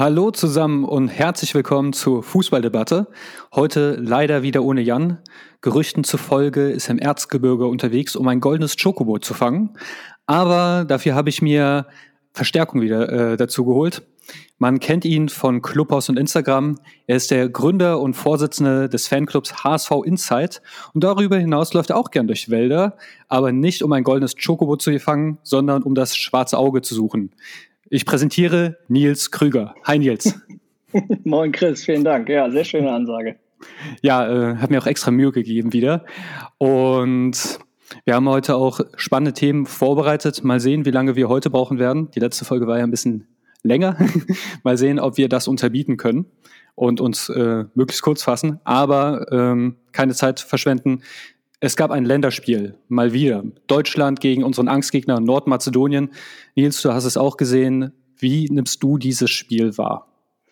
Hallo zusammen und herzlich willkommen zur Fußballdebatte. Heute leider wieder ohne Jan. Gerüchten zufolge ist er im Erzgebirge unterwegs, um ein goldenes Chocobo zu fangen. Aber dafür habe ich mir Verstärkung wieder dazu geholt. Man kennt ihn von Clubhouse und Instagram. Er ist der Gründer und Vorsitzende des Fanclubs HSV Insight. Und darüber hinaus läuft er auch gern durch Wälder, aber nicht um ein goldenes Chocobo zu fangen, sondern um das schwarze Auge zu suchen. Ich präsentiere Nils Krüger. Hi Nils. Moin Chris, vielen Dank. Ja, sehr schöne Ansage. Ja, hat mir auch extra Mühe gegeben wieder. Und wir haben heute auch spannende Themen vorbereitet. Mal sehen, wie lange wir heute brauchen werden. Die letzte Folge war ja ein bisschen länger. Mal sehen, ob wir das unterbieten können und uns möglichst kurz fassen. Aber keine Zeit verschwenden. Es gab ein Länderspiel, mal wieder. Deutschland gegen unseren Angstgegner Nordmazedonien. Nils, du hast es auch gesehen. Wie nimmst du dieses Spiel wahr?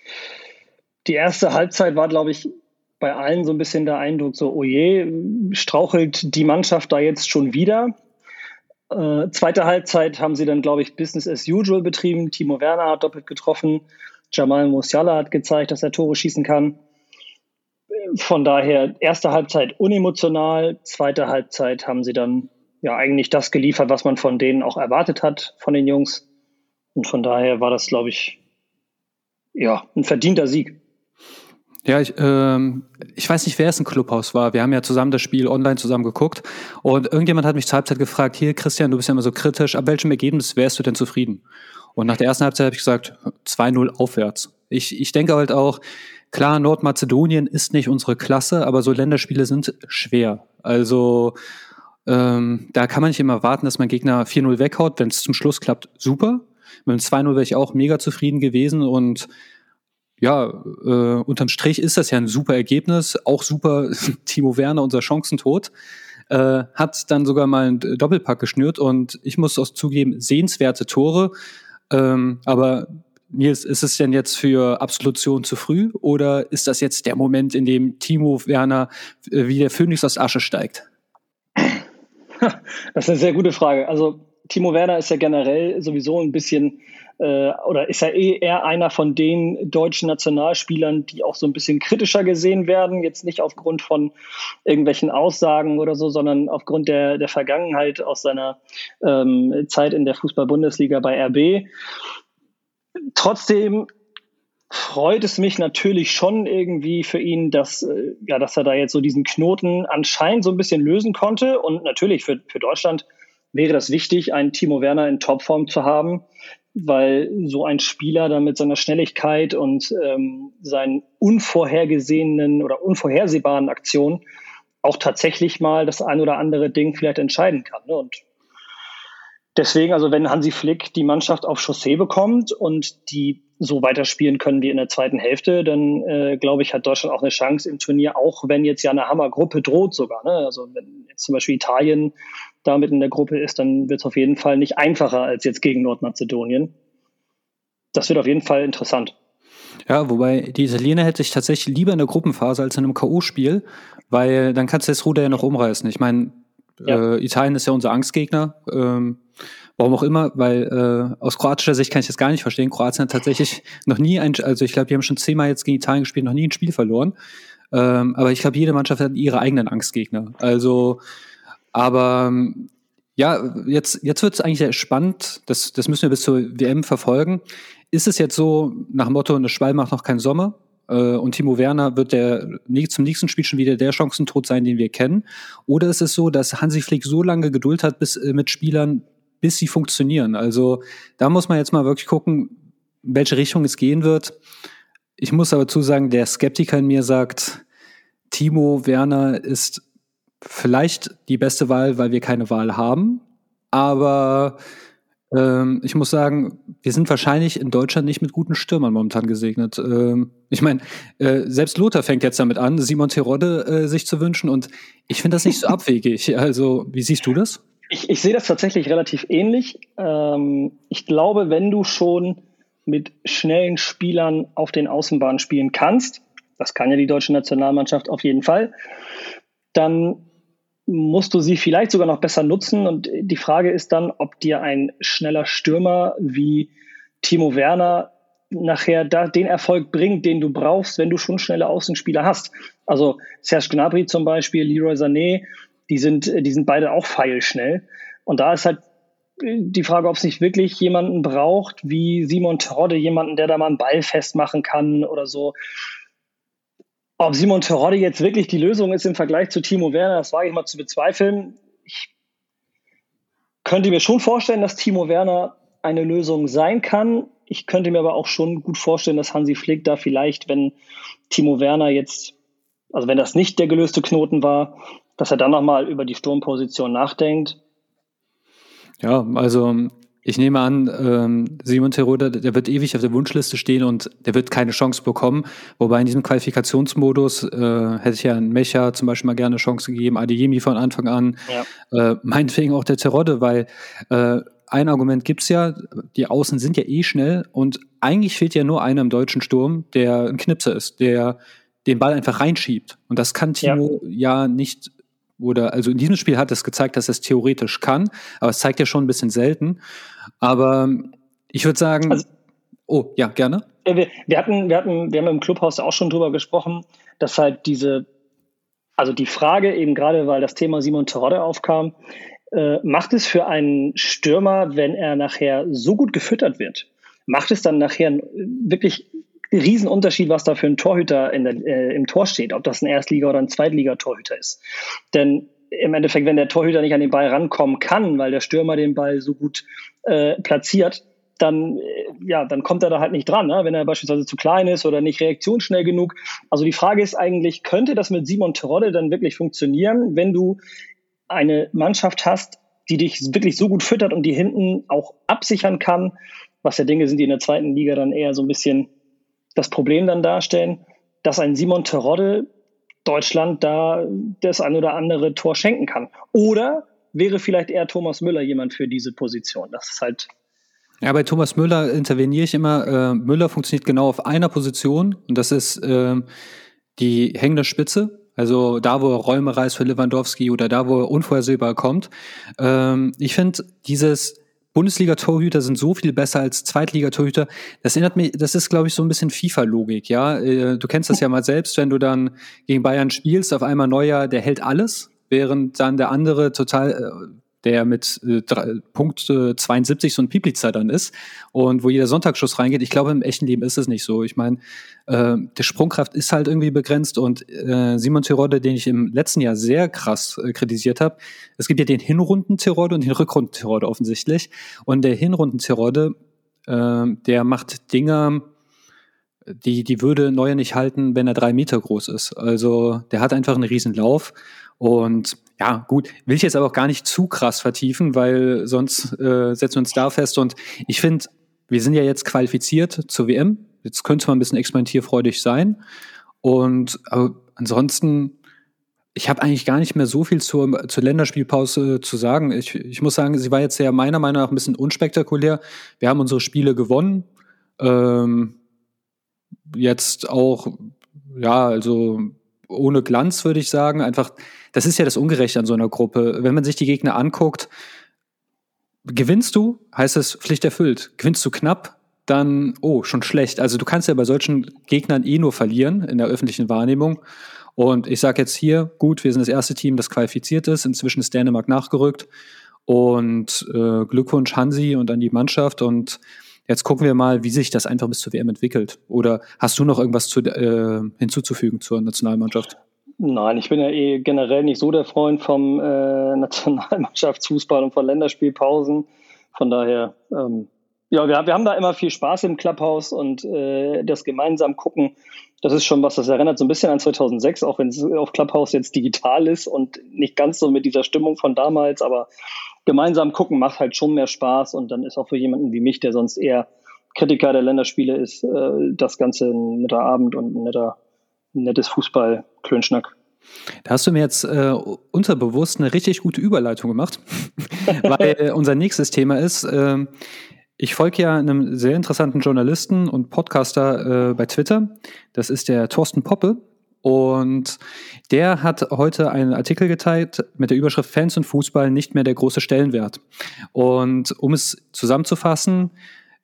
Die erste Halbzeit war, glaube ich, bei allen so ein bisschen der Eindruck, so, oh je, strauchelt die Mannschaft da jetzt schon wieder? Zweite Halbzeit haben sie dann, glaube ich, Business as usual betrieben. Timo Werner hat doppelt getroffen. Jamal Musiala hat gezeigt, dass er Tore schießen kann. Von daher, erste Halbzeit unemotional, zweite Halbzeit haben sie dann ja eigentlich das geliefert, was man von denen auch erwartet hat, von den Jungs. Und von daher war das, glaube ich, ja, ein verdienter Sieg. Ja, ich weiß nicht, wer es im Clubhaus war. Wir haben ja zusammen das Spiel online zusammen geguckt. Und irgendjemand hat mich zur Halbzeit gefragt, hier Christian, du bist ja immer so kritisch, ab welchem Ergebnis wärst du denn zufrieden? Und nach der ersten Halbzeit habe ich gesagt, 2-0 aufwärts. Ich denke halt auch, klar, Nordmazedonien ist nicht unsere Klasse, aber so Länderspiele sind schwer. Also da kann man nicht immer warten, dass mein Gegner 4-0 weghaut. Wenn es zum Schluss klappt, super. Mit dem 2-0 wäre ich auch mega zufrieden gewesen. Und ja, unterm Strich ist das ja ein super Ergebnis. Auch super, Timo Werner, unser Chancentod, hat dann sogar mal einen Doppelpack geschnürt. Und ich muss auch zugeben, sehenswerte Tore. Aber Nils, ist es denn jetzt für Absolution zu früh oder ist das jetzt der Moment, in dem Timo Werner wie der Phönix aus Asche steigt? Das ist eine sehr gute Frage. Also Timo Werner ist ja generell sowieso ein bisschen oder ist ja eher einer von den deutschen Nationalspielern, die auch so ein bisschen kritischer gesehen werden. Jetzt nicht aufgrund von irgendwelchen Aussagen oder so, sondern aufgrund der Vergangenheit aus seiner Zeit in der Fußball-Bundesliga bei RB. Trotzdem freut es mich natürlich schon irgendwie für ihn, dass er da jetzt so diesen Knoten anscheinend so ein bisschen lösen konnte. Und natürlich für Deutschland wäre das wichtig, einen Timo Werner in Topform zu haben, weil so ein Spieler dann mit seiner Schnelligkeit und seinen unvorhergesehenen oder unvorhersehbaren Aktionen auch tatsächlich mal das ein oder andere Ding vielleicht entscheiden kann. Ne? Und deswegen, also wenn Hansi Flick die Mannschaft auf Chaussee bekommt und die so weiterspielen können wie in der zweiten Hälfte, dann glaube ich, hat Deutschland auch eine Chance im Turnier, auch wenn jetzt ja eine Hammergruppe droht sogar. Ne? Also wenn jetzt zum Beispiel Italien damit in der Gruppe ist, dann wird es auf jeden Fall nicht einfacher als jetzt gegen Nordmazedonien. Das wird auf jeden Fall interessant. Ja, wobei die Italiener hätte ich tatsächlich lieber in der Gruppenphase als in einem K.O.-Spiel, weil dann kannst du das Ruder ja noch umreißen. Ich meine, Italien ist ja unser Angstgegner. Warum auch immer, weil aus kroatischer Sicht kann ich das gar nicht verstehen. Kroatien hat tatsächlich noch nie also ich glaube, die haben schon 10-mal jetzt gegen Italien gespielt, noch nie ein Spiel verloren. Aber ich glaube, jede Mannschaft hat ihre eigenen Angstgegner. Also, aber ja, jetzt wird es eigentlich sehr spannend. Das müssen wir bis zur WM verfolgen. Ist es jetzt so nach dem Motto, eine Schwalbe macht noch keinen Sommer? Und Timo Werner wird zum nächsten Spiel schon wieder der Chancentod sein, den wir kennen? Oder ist es so, dass Hansi Flick so lange Geduld hat mit Spielern, bis sie funktionieren? Also da muss man jetzt mal wirklich gucken, in welche Richtung es gehen wird. Ich muss aber zusagen, der Skeptiker in mir sagt, Timo Werner ist vielleicht die beste Wahl, weil wir keine Wahl haben. Aber ich muss sagen, wir sind wahrscheinlich in Deutschland nicht mit guten Stürmern momentan gesegnet. Ich meine, selbst Lothar fängt jetzt damit an, Simon Terodde sich zu wünschen. Und ich finde das nicht so abwegig. Also, wie siehst du das? Ich sehe das tatsächlich relativ ähnlich. Ich glaube, wenn du schon mit schnellen Spielern auf den Außenbahnen spielen kannst, das kann ja die deutsche Nationalmannschaft auf jeden Fall, dann musst du sie vielleicht sogar noch besser nutzen. Und die Frage ist dann, ob dir ein schneller Stürmer wie Timo Werner nachher den Erfolg bringt, den du brauchst, wenn du schon schnelle Außenspieler hast. Also Serge Gnabry zum Beispiel, Leroy Sané, die sind beide auch pfeilschnell. Und da ist halt die Frage, ob es nicht wirklich jemanden braucht, wie Simon Terodde, jemanden, der da mal einen Ball festmachen kann oder so. Ob Simon Terodde jetzt wirklich die Lösung ist im Vergleich zu Timo Werner, das wage ich mal zu bezweifeln. Ich könnte mir schon vorstellen, dass Timo Werner eine Lösung sein kann. Ich könnte mir aber auch schon gut vorstellen, dass Hansi Flick da vielleicht, wenn Timo Werner jetzt, also wenn das nicht der gelöste Knoten war, dass er dann nochmal über die Sturmposition nachdenkt. Ja, also ich nehme an, Simon Terodde, der wird ewig auf der Wunschliste stehen und der wird keine Chance bekommen. Wobei in diesem Qualifikationsmodus hätte ich ja einen Mecha zum Beispiel mal gerne eine Chance gegeben, Adeyemi von Anfang an, meinetwegen auch der Terodde, weil ein Argument gibt's ja, die Außen sind ja eh schnell und eigentlich fehlt ja nur einer im deutschen Sturm, der ein Knipser ist, der den Ball einfach reinschiebt. Und das kann Timo ja nicht. Oder, also in diesem Spiel hat es gezeigt, dass es theoretisch kann, aber es zeigt ja schon ein bisschen selten. Aber ich würde sagen, oh, ja, gerne. Wir haben im Clubhaus auch schon drüber gesprochen, dass halt also die Frage eben gerade, weil das Thema Simon Terodde aufkam, macht es für einen Stürmer, wenn er nachher so gut gefüttert wird, macht es dann nachher wirklich einen Riesenunterschied, was da für ein Torhüter im Tor steht, ob das ein Erstliga- oder ein Zweitliga-Torhüter ist. Denn im Endeffekt, wenn der Torhüter nicht an den Ball rankommen kann, weil der Stürmer den Ball so gut platziert, dann kommt er da halt nicht dran, ne? Wenn er beispielsweise zu klein ist oder nicht reaktionsschnell genug. Also die Frage ist eigentlich, könnte das mit Simon Terodde dann wirklich funktionieren, wenn du eine Mannschaft hast, die dich wirklich so gut füttert und die hinten auch absichern kann, was ja Dinge sind, die in der zweiten Liga dann eher so ein bisschen das Problem dann darstellen, dass ein Simon Terodde Deutschland da das ein oder andere Tor schenken kann. Oder wäre vielleicht eher Thomas Müller jemand für diese Position? Das ist halt. Ja, bei Thomas Müller interveniere ich immer. Müller funktioniert genau auf einer Position und das ist die hängende Spitze. Also da, wo er Räume reißt für Lewandowski oder da, wo er unvorhersehbar kommt. Ich finde, dieses Bundesliga-Torhüter sind so viel besser als Zweitliga-Torhüter. Das erinnert mich, das ist, glaube ich, so ein bisschen FIFA-Logik, ja. Du kennst das ja mal selbst, wenn du dann gegen Bayern spielst, auf einmal Neuer, der hält alles, während dann der andere der mit Punkt 72 so ein Pieplitzer dann ist und wo jeder Sonntagsschuss reingeht. Ich glaube, im echten Leben ist es nicht so. Ich meine, die Sprungkraft ist halt irgendwie begrenzt und Simon Terodde, den ich im letzten Jahr sehr krass kritisiert habe, es gibt ja den Hinrunden-Terodde und den Rückrunden-Terodde offensichtlich und der Hinrunden-Terodde, der macht Dinger, die würde Neuer nicht halten, wenn er 3 Meter groß ist. Also der hat einfach einen riesen Lauf und ja, gut, will ich jetzt aber auch gar nicht zu krass vertiefen, weil sonst setzen wir uns da fest. Und ich finde, wir sind ja jetzt qualifiziert zur WM. Jetzt könnte man ein bisschen experimentierfreudig sein. Und ansonsten, ich habe eigentlich gar nicht mehr so viel zur Länderspielpause zu sagen. Ich muss sagen, sie war jetzt ja meiner Meinung nach ein bisschen unspektakulär. Wir haben unsere Spiele gewonnen. Jetzt auch, ja, also ohne Glanz, würde ich sagen. Einfach, das ist ja das Ungerechte an so einer Gruppe. Wenn man sich die Gegner anguckt, gewinnst du, heißt es Pflicht erfüllt. Gewinnst du knapp, dann, schon schlecht. Also du kannst ja bei solchen Gegnern nur verlieren in der öffentlichen Wahrnehmung. Und ich sage jetzt hier, gut, wir sind das erste Team, das qualifiziert ist. Inzwischen ist Dänemark nachgerückt. Und Glückwunsch Hansi und an die Mannschaft. Und jetzt gucken wir mal, wie sich das einfach bis zur WM entwickelt. Oder hast du noch irgendwas hinzuzufügen zur Nationalmannschaft? Nein, ich bin ja generell nicht so der Freund vom Nationalmannschaftsfußball und von Länderspielpausen. Von daher, wir haben da immer viel Spaß im Clubhaus und das gemeinsam gucken, das ist schon was, das erinnert so ein bisschen an 2006, auch wenn es auf Clubhaus jetzt digital ist und nicht ganz so mit dieser Stimmung von damals, aber gemeinsam gucken macht halt schon mehr Spaß und dann ist auch für jemanden wie mich, der sonst eher Kritiker der Länderspiele ist, das Ganze ein netter Abend und ein nettes Fußball-Klönschnack. Da hast du mir jetzt unterbewusst eine richtig gute Überleitung gemacht, weil unser nächstes Thema ist, ich folge ja einem sehr interessanten Journalisten und Podcaster bei Twitter. Das ist der Thorsten Poppe. Und der hat heute einen Artikel geteilt mit der Überschrift Fans und Fußball nicht mehr der große Stellenwert. Und um es zusammenzufassen,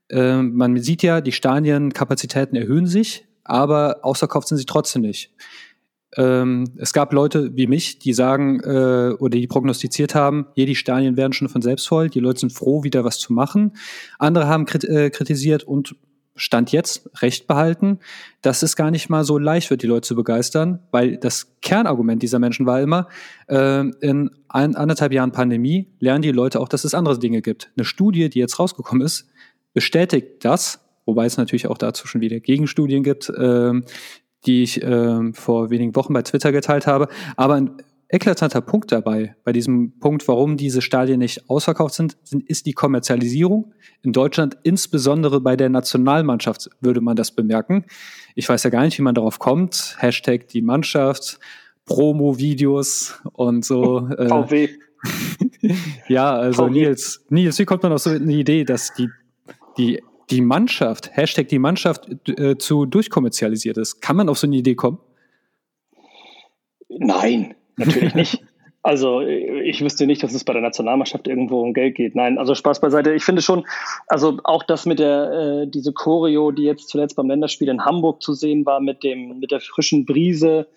Man sieht ja, die Stadionkapazitäten erhöhen sich, aber ausverkauft sind sie trotzdem nicht. Es gab Leute wie mich, die sagen oder die prognostiziert haben, die Stadien werden schon von selbst voll, die Leute sind froh, wieder was zu machen. Andere haben kritisiert und Stand jetzt recht behalten, dass es gar nicht mal so leicht wird, die Leute zu begeistern, weil das Kernargument dieser Menschen war immer, in 1,5 Jahren Pandemie lernen die Leute auch, dass es andere Dinge gibt. Eine Studie, die jetzt rausgekommen ist, bestätigt das, wobei es natürlich auch dazu schon wieder Gegenstudien gibt, die ich vor wenigen Wochen bei Twitter geteilt habe. Aber ein eklatanter Punkt dabei, bei diesem Punkt, warum diese Stadien nicht ausverkauft sind, ist die Kommerzialisierung. In Deutschland, insbesondere bei der Nationalmannschaft, würde man das bemerken. Ich weiß ja gar nicht, wie man darauf kommt. Hashtag die Mannschaft, Promo-Videos und so. VW. Ja, also VW. Nils, wie kommt man auf so eine Idee, dass die Mannschaft, Hashtag die Mannschaft, zu durchkommerzialisiert ist? Kann man auf so eine Idee kommen? Nein, natürlich nicht. Also ich wüsste nicht, dass es bei der Nationalmannschaft irgendwo um Geld geht. Nein, also Spaß beiseite. Ich finde schon, also auch das mit diese Choreo, die jetzt zuletzt beim Länderspiel in Hamburg zu sehen war, mit der frischen Brise.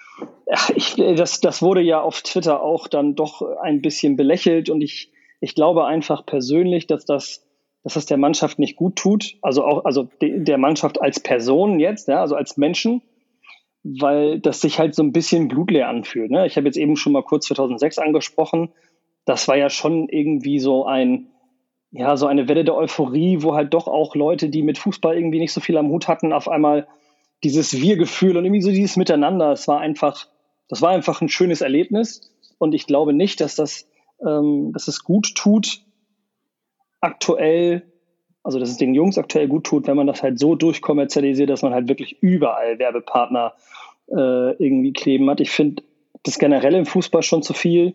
Das wurde ja auf Twitter auch dann doch ein bisschen belächelt und ich glaube einfach persönlich, dass das der Mannschaft nicht gut tut. Also der Mannschaft als Person jetzt, ja, also als Menschen, weil das sich halt so ein bisschen blutleer anfühlt. Ne? Ich habe jetzt eben schon mal kurz 2006 angesprochen. Das war ja schon irgendwie so eine Welle der Euphorie, wo halt doch auch Leute, die mit Fußball irgendwie nicht so viel am Hut hatten, auf einmal dieses Wir-Gefühl und irgendwie so dieses Miteinander. Das war einfach ein schönes Erlebnis. Und ich glaube nicht, dass es gut tut, aktuell, also dass es den Jungs aktuell gut tut, wenn man das halt so durchkommerzialisiert, dass man halt wirklich überall Werbepartner irgendwie kleben hat. Ich finde das generell im Fußball schon zu viel.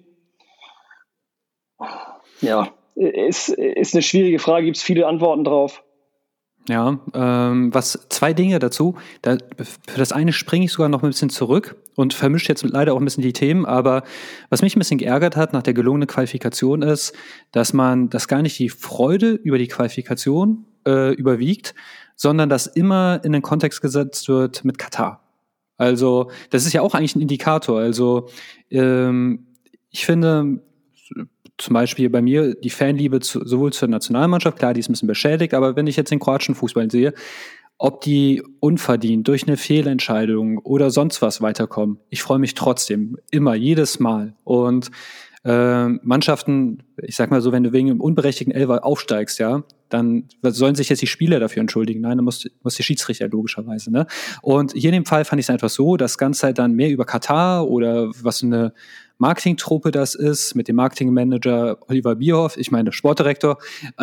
Ja, ist eine schwierige Frage, gibt es viele Antworten drauf. Ja, zwei Dinge dazu. Für das eine springe ich sogar noch ein bisschen zurück und vermische jetzt leider auch ein bisschen die Themen, aber was mich ein bisschen geärgert hat nach der gelungenen Qualifikation ist, dass gar nicht die Freude über die Qualifikation überwiegt, sondern dass immer in den Kontext gesetzt wird mit Katar. Also das ist ja auch eigentlich ein Indikator. Also ich finde zum Beispiel bei mir die Fanliebe sowohl zur Nationalmannschaft, klar, die ist ein bisschen beschädigt, aber wenn ich jetzt den kroatischen Fußball sehe, ob die unverdient durch eine Fehlentscheidung oder sonst was weiterkommen, ich freue mich trotzdem, immer, jedes Mal. Und Mannschaften, ich sag mal so, wenn du wegen einem unberechtigten Elfer aufsteigst, ja, dann sollen sich jetzt die Spieler dafür entschuldigen. Nein, dann muss der Schiedsrichter logischerweise, ne? Und hier in dem Fall fand ich es einfach so, das Ganze halt dann mehr über Katar oder was eine Marketingtruppe das ist, mit dem Marketingmanager Oliver Bierhoff, ich meine Sportdirektor.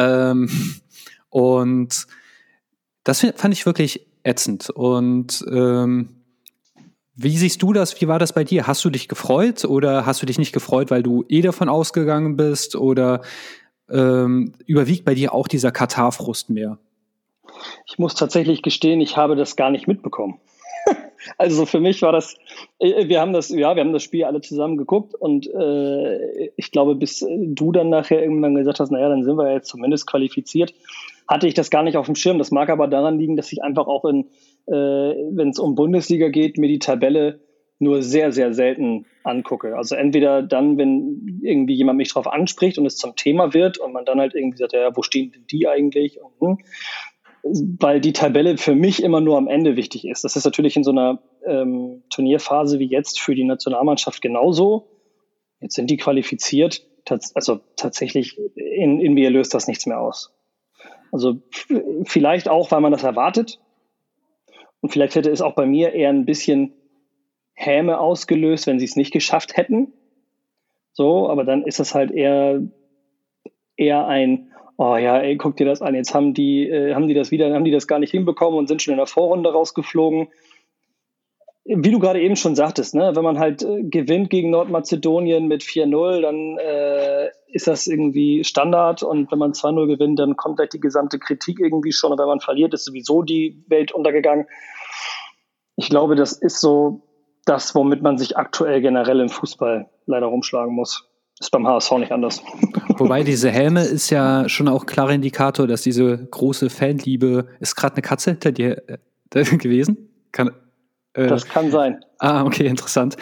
Und das fand ich wirklich ätzend. Und wie siehst du das? Wie war das bei dir? Hast du dich gefreut oder hast du dich nicht gefreut, weil du davon ausgegangen bist? Oder überwiegt bei dir auch dieser Katar-Frust mehr? Ich muss tatsächlich gestehen, ich habe das gar nicht mitbekommen. Also für mich war das, wir haben das Spiel alle zusammen geguckt und ich glaube, bis du dann nachher irgendwann gesagt hast, naja, dann sind wir jetzt zumindest qualifiziert, hatte ich das gar nicht auf dem Schirm. Das mag aber daran liegen, dass ich einfach auch wenn es um Bundesliga geht, mir die Tabelle nur sehr, sehr selten angucke. Also entweder dann, wenn irgendwie jemand mich drauf anspricht und es zum Thema wird und man dann halt irgendwie sagt, ja, wo stehen denn die eigentlich? Weil die Tabelle für mich immer nur am Ende wichtig ist. Das ist natürlich in so einer Turnierphase wie jetzt für die Nationalmannschaft genauso. Jetzt sind die qualifiziert. Also tatsächlich in mir löst das nichts mehr aus. Also vielleicht auch, weil man das erwartet. Und vielleicht hätte es auch bei mir eher ein bisschen Häme ausgelöst, wenn sie es nicht geschafft hätten. So, aber dann ist es halt eher ein, oh ja, ey, guck dir das an, jetzt haben die das gar nicht hinbekommen und sind schon in der Vorrunde rausgeflogen. Wie du gerade eben schon sagtest, ne, wenn man halt gewinnt gegen Nordmazedonien mit 4-0, dann ist das irgendwie Standard und wenn man 2-0 gewinnt, dann kommt gleich die gesamte Kritik irgendwie schon und wenn man verliert, ist sowieso die Welt untergegangen. Ich glaube, das ist so das, womit man sich aktuell generell im Fußball leider rumschlagen muss. Ist beim HSV nicht anders. Wobei diese Helme ist ja schon auch ein klarer Indikator, dass diese große Fanliebe, ist gerade eine Katze hinter dir gewesen? Das kann sein. Okay, interessant.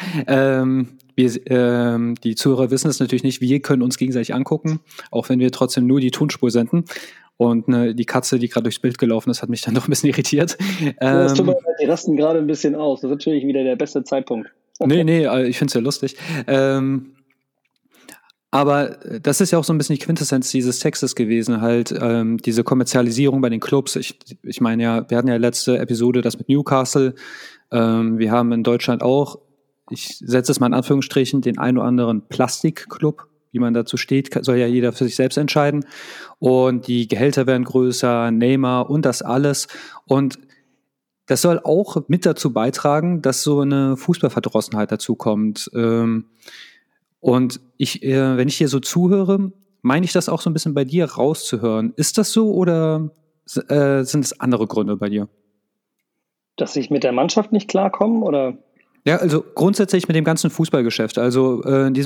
Die Zuhörer wissen es natürlich nicht, wir können uns gegenseitig angucken, auch wenn wir trotzdem nur die Tonspur senden. Und die Katze, die gerade durchs Bild gelaufen ist, hat mich dann doch ein bisschen irritiert. Das tut mir leid, die rasten gerade ein bisschen aus. Das ist natürlich wieder der beste Zeitpunkt. Nee, ich finde es ja lustig. Aber das ist ja auch so ein bisschen die Quintessenz dieses Textes gewesen, halt diese Kommerzialisierung bei den Clubs. Ich meine ja, wir hatten ja letzte Episode das mit Newcastle. Wir haben in Deutschland auch, ich setze es mal in Anführungsstrichen, den ein oder anderen Plastikclub. Wie man dazu steht, soll ja jeder für sich selbst entscheiden. Und die Gehälter werden größer, Neymar und das alles. Und das soll auch mit dazu beitragen, dass so eine Fußballverdrossenheit dazu kommt. Und wenn ich hier so zuhöre, meine ich das auch so ein bisschen bei dir rauszuhören. Ist das so oder sind es andere Gründe bei dir? Dass ich mit der Mannschaft nicht klarkomme, oder? Ja, also grundsätzlich mit dem ganzen Fußballgeschäft. Also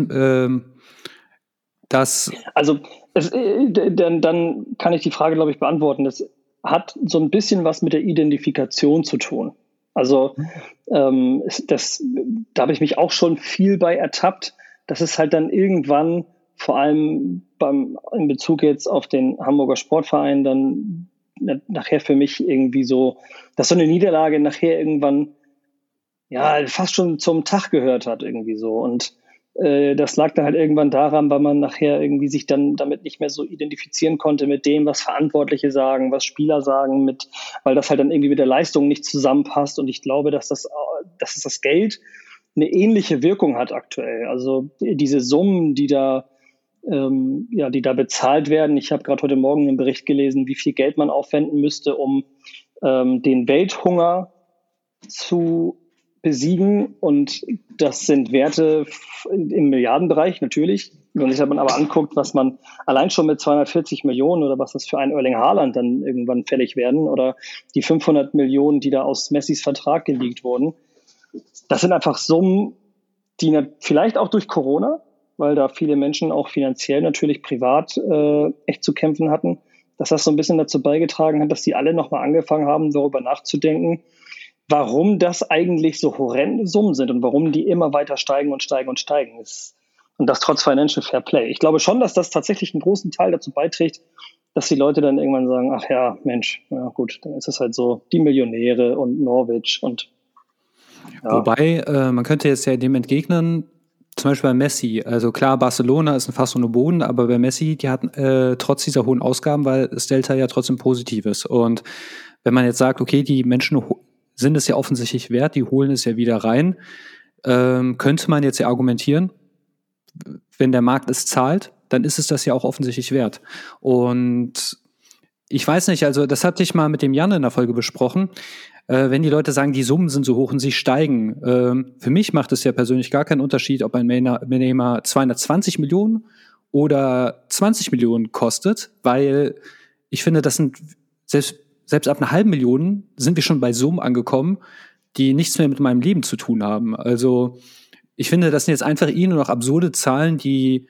dann kann ich die Frage, glaube ich, beantworten. Das hat so ein bisschen was mit der Identifikation zu tun. Also da habe ich mich auch schon viel bei ertappt, dass es halt dann irgendwann, vor allem in Bezug jetzt auf den Hamburger Sportverein, dann nachher für mich irgendwie so, dass so eine Niederlage nachher irgendwann ja fast schon zum Tag gehört hat irgendwie so. Und das lag dann halt irgendwann daran, weil man nachher irgendwie sich dann damit nicht mehr so identifizieren konnte mit dem, was Verantwortliche sagen, was Spieler sagen, weil das halt dann irgendwie mit der Leistung nicht zusammenpasst. Und ich glaube, dass das Geld eine ähnliche Wirkung hat aktuell. Also diese Summen, die da bezahlt werden. Ich habe gerade heute Morgen einen Bericht gelesen, wie viel Geld man aufwenden müsste, um den Welthunger zu besiegen, und das sind Werte im Milliardenbereich natürlich. Wenn sich man aber anguckt, was man allein schon mit 240 Millionen oder was das für ein Erling Haaland dann irgendwann fällig werden oder die 500 Millionen, die da aus Messis Vertrag geleakt wurden, das sind einfach Summen, die vielleicht auch durch Corona, weil da viele Menschen auch finanziell natürlich privat echt zu kämpfen hatten, dass das so ein bisschen dazu beigetragen hat, dass die alle nochmal angefangen haben, darüber nachzudenken, warum das eigentlich so horrende Summen sind und warum die immer weiter steigen und steigen und steigen. Und das trotz Financial Fair Play. Ich glaube schon, dass das tatsächlich einen großen Teil dazu beiträgt, dass die Leute dann irgendwann sagen, ach ja, Mensch, ja gut, dann ist es halt so, die Millionäre und Norwich und ja. Wobei, man könnte jetzt ja dem entgegnen, zum Beispiel bei Messi, also klar, Barcelona ist ein Fass ohne Boden, aber bei Messi, die hatten trotz dieser hohen Ausgaben, weil das Delta ja trotzdem positiv ist. Und wenn man jetzt sagt, okay, die Menschen sind es ja offensichtlich wert, die holen es ja wieder rein, könnte man jetzt ja argumentieren, wenn der Markt es zahlt, dann ist es das ja auch offensichtlich wert. Und ich weiß nicht, also das hatte ich mal mit dem Jan in der Folge besprochen, wenn die Leute sagen, die Summen sind so hoch und sie steigen. Für mich macht es ja persönlich gar keinen Unterschied, ob ein Neymar 220 Millionen oder 20 Millionen kostet, weil ich finde, das sind selbst ab einer halben Million sind wir schon bei Summen angekommen, die nichts mehr mit meinem Leben zu tun haben. Also ich finde, das sind jetzt einfach nur noch absurde Zahlen, die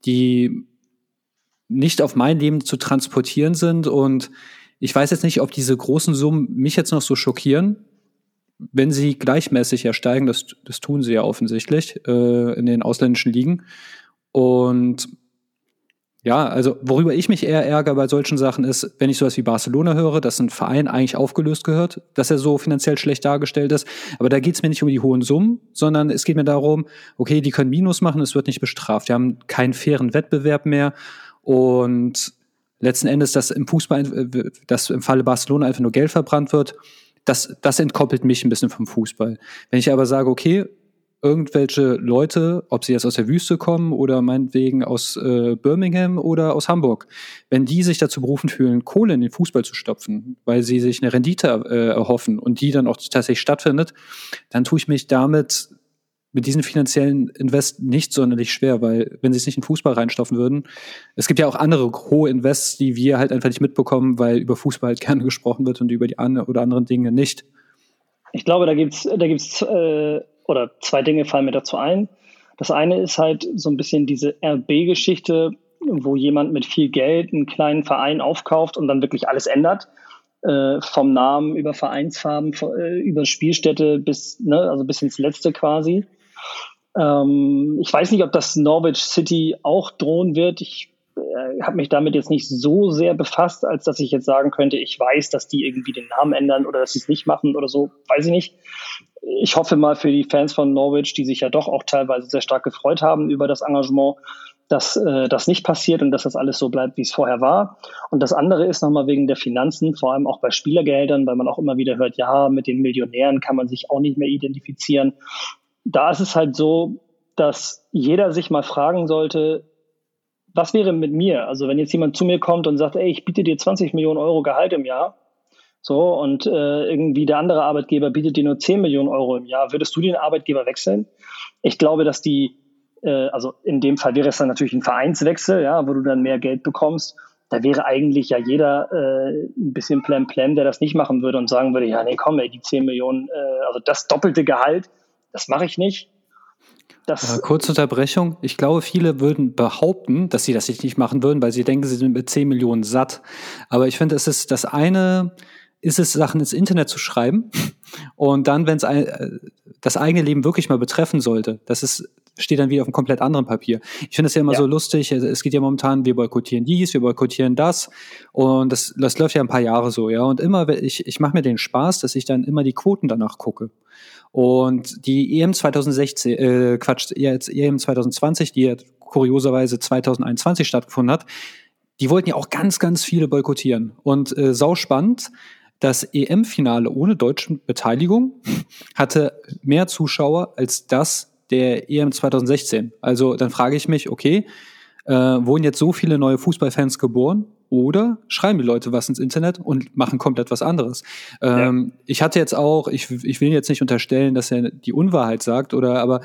nicht auf mein Leben zu transportieren sind. Und ich weiß jetzt nicht, ob diese großen Summen mich jetzt noch so schockieren, wenn sie gleichmäßig ja steigen. Das tun sie ja offensichtlich in den ausländischen Ligen. Und ja, also worüber ich mich eher ärgere bei solchen Sachen ist, wenn ich sowas wie Barcelona höre, dass ein Verein eigentlich aufgelöst gehört, dass er so finanziell schlecht dargestellt ist. Aber da geht es mir nicht um die hohen Summen, sondern es geht mir darum, okay, die können Minus machen, es wird nicht bestraft. Wir haben keinen fairen Wettbewerb mehr. Und letzten Endes, dass im Fußball, dass im Falle Barcelona einfach nur Geld verbrannt wird, das entkoppelt mich ein bisschen vom Fußball. Wenn ich aber sage, okay, irgendwelche Leute, ob sie jetzt aus der Wüste kommen oder meinetwegen aus Birmingham oder aus Hamburg, wenn die sich dazu berufen fühlen, Kohle in den Fußball zu stopfen, weil sie sich eine Rendite erhoffen und die dann auch tatsächlich stattfindet, dann tue ich mich damit mit diesen finanziellen Invest nicht sonderlich schwer, weil wenn sie es nicht in Fußball reinstopfen würden, es gibt ja auch andere hohe Invests, die wir halt einfach nicht mitbekommen, weil über Fußball halt gerne gesprochen wird und über die oder anderen Dinge nicht. Ich glaube, da gibt's oder zwei Dinge fallen mir dazu ein. Das eine ist halt so ein bisschen diese RB-Geschichte, wo jemand mit viel Geld einen kleinen Verein aufkauft und dann wirklich alles ändert. Vom Namen über Vereinsfarben, über Spielstätte also bis ins Letzte quasi. Ich weiß nicht, ob das Norwich City auch drohen wird. Ich habe mich damit jetzt nicht so sehr befasst, als dass ich jetzt sagen könnte, ich weiß, dass die irgendwie den Namen ändern oder dass sie es nicht machen oder so, weiß ich nicht. Ich hoffe mal für die Fans von Norwich, die sich ja doch auch teilweise sehr stark gefreut haben über das Engagement, dass das nicht passiert und dass das alles so bleibt, wie es vorher war. Und das andere ist nochmal wegen der Finanzen, vor allem auch bei Spielergeldern, weil man auch immer wieder hört, ja, mit den Millionären kann man sich auch nicht mehr identifizieren. Da ist es halt so, dass jeder sich mal fragen sollte, was wäre mit mir? Also wenn jetzt jemand zu mir kommt und sagt, ey, ich biete dir 20 Millionen Euro Gehalt im Jahr, so, und irgendwie der andere Arbeitgeber bietet dir nur 10 Millionen Euro im Jahr, würdest du den Arbeitgeber wechseln? Ich glaube, dass also in dem Fall wäre es dann natürlich ein Vereinswechsel, ja, wo du dann mehr Geld bekommst. Da wäre eigentlich ja jeder ein bisschen plem, der das nicht machen würde und sagen würde, ja, nee, komm, ey, die 10 Millionen, also das doppelte Gehalt, das mache ich nicht. Kurze Unterbrechung. Ich glaube, viele würden behaupten, dass sie das nicht machen würden, weil sie denken, sie sind mit 10 Millionen satt. Aber ich finde, es ist das eine, ist es, Sachen ins Internet zu schreiben. Und dann, wenn es das eigene Leben wirklich mal betreffen sollte, steht dann wieder auf einem komplett anderen Papier. Ich finde es ja immer so lustig. Es geht ja momentan, wir boykottieren dies, wir boykottieren das. Und das läuft ja ein paar Jahre so, ja. Und immer, ich mache mir den Spaß, dass ich dann immer die Quoten danach gucke. Und die EM 2016, EM 2020, die ja kurioserweise 2021 stattgefunden hat, die wollten ja auch ganz, ganz viele boykottieren. Und sauspannend, das EM-Finale ohne deutsche Beteiligung hatte mehr Zuschauer als das der EM 2016. Also dann frage ich mich, okay, wurden jetzt so viele neue Fußballfans geboren? Oder schreiben die Leute was ins Internet und machen komplett was anderes. Ich hatte jetzt auch, ich will jetzt nicht unterstellen, dass er die Unwahrheit sagt, aber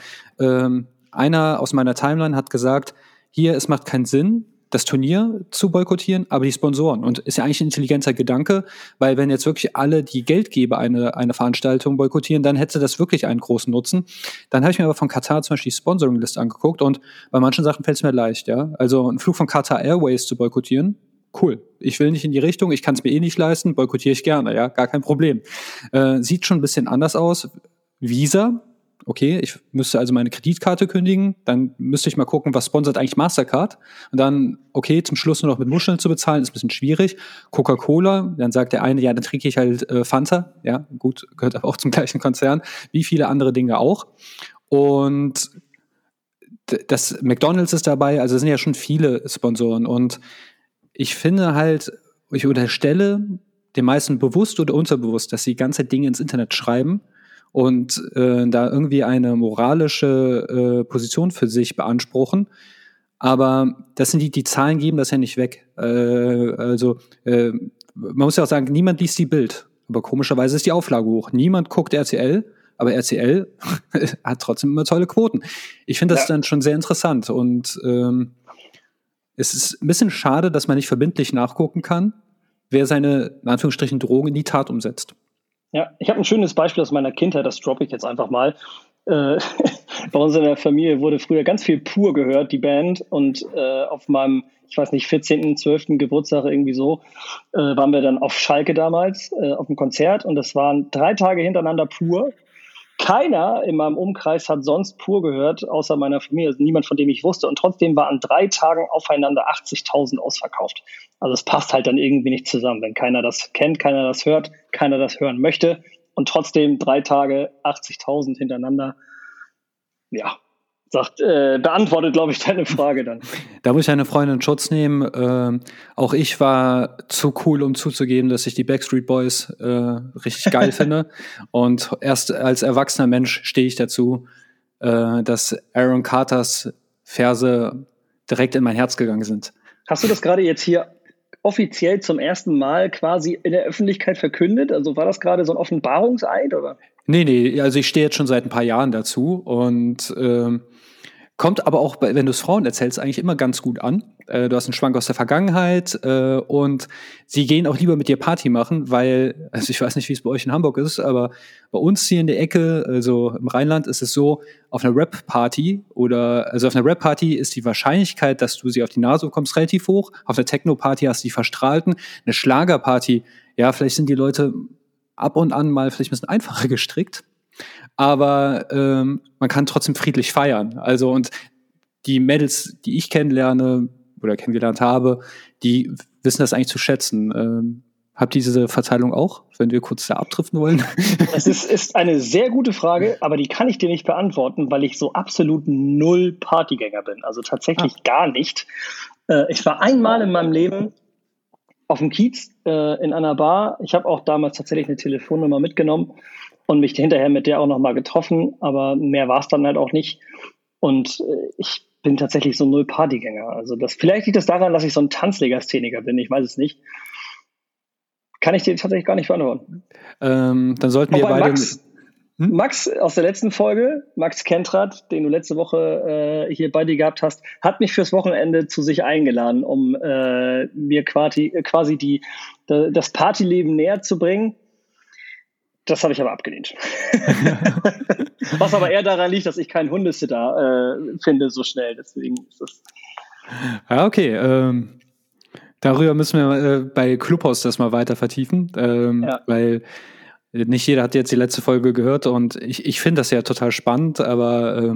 einer aus meiner Timeline hat gesagt, hier, es macht keinen Sinn, das Turnier zu boykottieren, aber die Sponsoren. Und ist ja eigentlich ein intelligenter Gedanke, weil wenn jetzt wirklich alle die Geldgeber eine Veranstaltung boykottieren, dann hätte das wirklich einen großen Nutzen. Dann habe ich mir aber von Katar zum Beispiel die Sponsoring-Liste angeguckt und bei manchen Sachen fällt es mir leicht, ja. Also einen Flug von Qatar Airways zu boykottieren, cool. Ich will nicht in die Richtung, ich kann es mir eh nicht leisten, boykottiere ich gerne, ja, gar kein Problem. Sieht schon ein bisschen anders aus. Visa, okay, ich müsste also meine Kreditkarte kündigen, dann müsste ich mal gucken, was sponsert eigentlich Mastercard. Und dann, okay, zum Schluss nur noch mit Muscheln zu bezahlen, ist ein bisschen schwierig. Coca-Cola, dann sagt der eine, ja, dann trinke ich halt Fanta. Ja, gut, gehört aber auch zum gleichen Konzern, wie viele andere Dinge auch. Und das McDonald's ist dabei, also es sind ja schon viele Sponsoren. Und ich finde halt, ich unterstelle den meisten bewusst oder unterbewusst, dass sie ganze Dinge ins Internet schreiben und da irgendwie eine moralische Position für sich beanspruchen. Aber das sind die Zahlen geben das ja nicht weg. Man muss ja auch sagen, niemand liest die Bild. Aber komischerweise ist die Auflage hoch. Niemand guckt RTL, aber RTL hat trotzdem immer tolle Quoten. Ich finde das dann schon sehr interessant. Und es ist ein bisschen schade, dass man nicht verbindlich nachgucken kann, wer seine, in Anführungsstrichen, Drogen in die Tat umsetzt. Ja, ich habe ein schönes Beispiel aus meiner Kindheit, das droppe ich jetzt einfach mal. Bei uns in der Familie wurde früher ganz viel Pur gehört, die Band. Und auf meinem, ich weiß nicht, 14., 12. Geburtstag irgendwie so, waren wir dann auf Schalke damals auf dem Konzert. Und das waren 3 Tage hintereinander Pur. Keiner in meinem Umkreis hat sonst Pur gehört, außer meiner Familie, also niemand, von dem ich wusste. Und trotzdem war an 3 Tagen aufeinander 80.000 ausverkauft. Also es passt halt dann irgendwie nicht zusammen, wenn keiner das kennt, keiner das hört, keiner das hören möchte. Und trotzdem 3 Tage 80.000 hintereinander. Ja, beantwortet, glaube ich, deine Frage dann. Da muss ich eine Freundin in Schutz nehmen. Auch ich war zu cool, um zuzugeben, dass ich die Backstreet Boys richtig geil finde. Und erst als erwachsener Mensch stehe ich dazu, dass Aaron Carters Verse direkt in mein Herz gegangen sind. Hast du das gerade jetzt hier offiziell zum ersten Mal quasi in der Öffentlichkeit verkündet? Also war das gerade so ein Offenbarungseid, oder? Nee, also ich stehe jetzt schon seit ein paar Jahren dazu und Kommt aber auch, wenn du es Frauen erzählst, eigentlich immer ganz gut an. Du hast einen Schwank aus der Vergangenheit und sie gehen auch lieber mit dir Party machen, weil, also ich weiß nicht, wie es bei euch in Hamburg ist, aber bei uns hier in der Ecke, also im Rheinland, ist es so, auf einer Rap-Party ist die Wahrscheinlichkeit, dass du sie auf die Nase bekommst, relativ hoch. Auf einer Techno-Party hast du die Verstrahlten. Eine Schlagerparty, ja, vielleicht sind die Leute ab und an mal vielleicht ein bisschen einfacher gestrickt. Aber man kann trotzdem friedlich feiern. Also und die Mädels, die ich kennenlerne oder kennengelernt habe, die wissen das eigentlich zu schätzen. Habt ihr diese Verteilung auch, wenn wir kurz da abdriften wollen? Das ist eine sehr gute Frage, aber die kann ich dir nicht beantworten, weil ich so absolut null Partygänger bin. Also tatsächlich gar nicht. Ich war einmal in meinem Leben auf dem Kiez in einer Bar. Ich habe auch damals tatsächlich eine Telefonnummer mitgenommen und mich hinterher mit der auch nochmal getroffen, aber mehr war es dann halt auch nicht. Und ich bin tatsächlich so null Partygänger. Also vielleicht liegt das daran, dass ich so ein Tanzlegastheniker bin, ich weiß es nicht. Kann ich dir tatsächlich gar nicht beantworten. Dann sollten wir beide... Max aus der letzten Folge, Max Kentrat, den du letzte Woche hier bei dir gehabt hast, hat mich fürs Wochenende zu sich eingeladen, um mir quasi das Partyleben näher zu bringen. Das habe ich aber abgelehnt. Was aber eher daran liegt, dass ich keinen Hundesitter finde so schnell. Deswegen ist das. Ja, okay. Darüber müssen wir bei Clubhouse das mal weiter vertiefen, weil nicht jeder hat jetzt die letzte Folge gehört und ich finde das ja total spannend, aber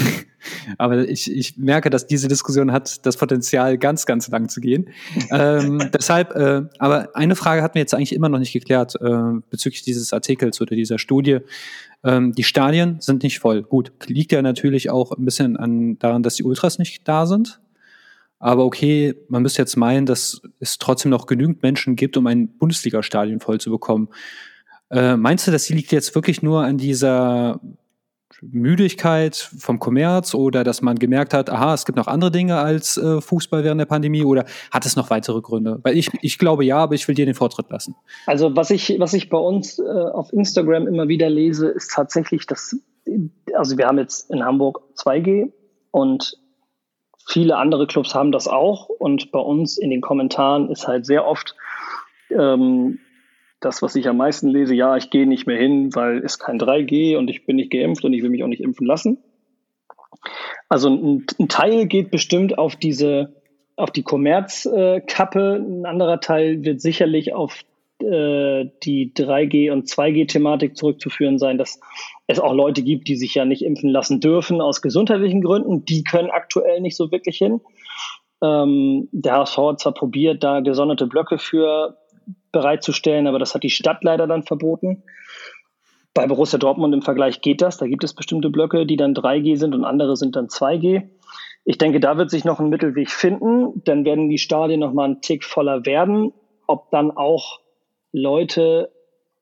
ich merke, dass diese Diskussion hat das Potenzial, ganz, ganz lang zu gehen. Deshalb, aber eine Frage hatten wir jetzt eigentlich immer noch nicht geklärt bezüglich dieses Artikels oder dieser Studie. Die Stadien sind nicht voll. Gut, liegt ja natürlich auch ein bisschen daran, dass die Ultras nicht da sind. Aber okay, man müsste jetzt meinen, dass es trotzdem noch genügend Menschen gibt, um ein Bundesliga-Stadion voll zu bekommen. Meinst du, das liegt jetzt wirklich nur an dieser Müdigkeit vom Kommerz oder dass man gemerkt hat, aha, es gibt noch andere Dinge als Fußball während der Pandemie oder hat es noch weitere Gründe? Weil ich glaube ja, aber ich will dir den Vortritt lassen. Also was ich bei uns auf Instagram immer wieder lese, ist tatsächlich, also wir haben jetzt in Hamburg 2G und viele andere Clubs haben das auch und bei uns in den Kommentaren ist halt sehr oft das, was ich am meisten lese, ja, ich gehe nicht mehr hin, weil es kein 3G und ich bin nicht geimpft und ich will mich auch nicht impfen lassen. Also ein Teil geht bestimmt auf die Kommerzkappe, ein anderer Teil wird sicherlich auf die 3G- und 2G-Thematik zurückzuführen sein, dass es auch Leute gibt, die sich ja nicht impfen lassen dürfen aus gesundheitlichen Gründen. Die können aktuell nicht so wirklich hin. Der HSV hat zwar probiert, da gesonderte Blöcke für bereitzustellen, aber das hat die Stadt leider dann verboten. Bei Borussia Dortmund im Vergleich geht das. Da gibt es bestimmte Blöcke, die dann 3G sind und andere sind dann 2G. Ich denke, da wird sich noch ein Mittelweg finden. Dann werden die Stadien noch mal einen Tick voller werden. Ob dann auch Leute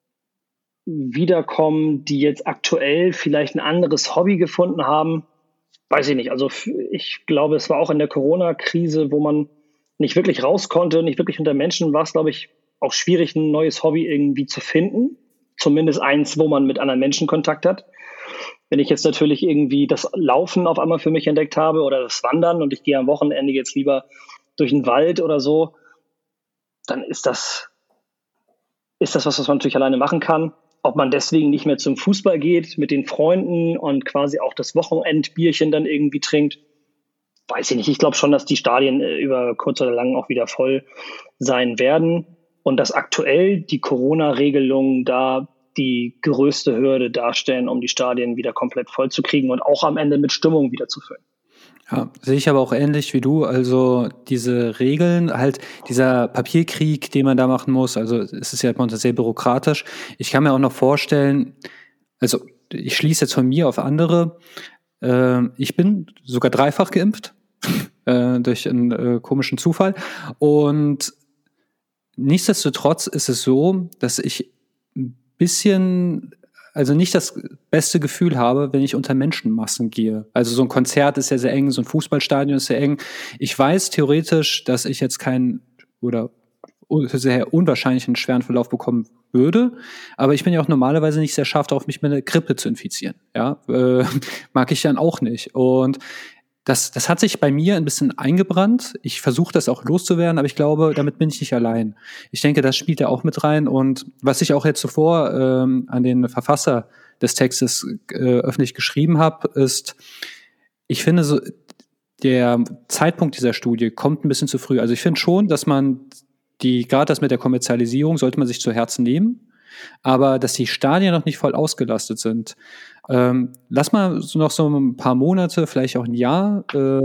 wiederkommen, die jetzt aktuell vielleicht ein anderes Hobby gefunden haben, weiß ich nicht. Also ich glaube, es war auch in der Corona-Krise, wo man nicht wirklich raus konnte, nicht wirklich unter Menschen, war es, glaube ich, auch schwierig, ein neues Hobby irgendwie zu finden. Zumindest eins, wo man mit anderen Menschen Kontakt hat. Wenn ich jetzt natürlich irgendwie das Laufen auf einmal für mich entdeckt habe oder das Wandern und ich gehe am Wochenende jetzt lieber durch den Wald oder so, dann ist das was man natürlich alleine machen kann. Ob man deswegen nicht mehr zum Fußball geht mit den Freunden und quasi auch das Wochenendbierchen dann irgendwie trinkt, weiß ich nicht. Ich glaube schon, dass die Stadien über kurz oder lang auch wieder voll sein werden. Und dass aktuell die Corona-Regelungen da die größte Hürde darstellen, um die Stadien wieder komplett voll zu kriegen und auch am Ende mit Stimmung wieder zu füllen. Ja, sehe ich aber auch ähnlich wie du. Also diese Regeln, halt dieser Papierkrieg, den man da machen muss, also es ist ja bei uns sehr bürokratisch. Ich kann mir auch noch vorstellen, also ich schließe jetzt von mir auf andere, ich bin sogar 3-fach geimpft durch einen komischen Zufall und nichtsdestotrotz ist es so, dass ich ein bisschen, also nicht das beste Gefühl habe, wenn ich unter Menschenmassen gehe. Also so ein Konzert ist ja sehr eng, so ein Fußballstadion ist sehr eng. Ich weiß theoretisch, dass ich jetzt keinen oder sehr unwahrscheinlichen schweren Verlauf bekommen würde, aber ich bin ja auch normalerweise nicht sehr scharf darauf, mich mit einer Grippe zu infizieren. Ja, mag ich dann auch nicht. Und das hat sich bei mir ein bisschen eingebrannt. Ich versuche das auch loszuwerden, aber ich glaube, damit bin ich nicht allein. Ich denke, das spielt ja auch mit rein. Und was ich auch jetzt zuvor an den Verfasser des Textes öffentlich geschrieben habe, ist, ich finde, so, der Zeitpunkt dieser Studie kommt ein bisschen zu früh. Also ich finde schon, dass man gerade das mit der Kommerzialisierung sollte man sich zu Herzen nehmen, aber dass die Stadien noch nicht voll ausgelastet sind. Lass mal noch so ein paar Monate, vielleicht auch ein Jahr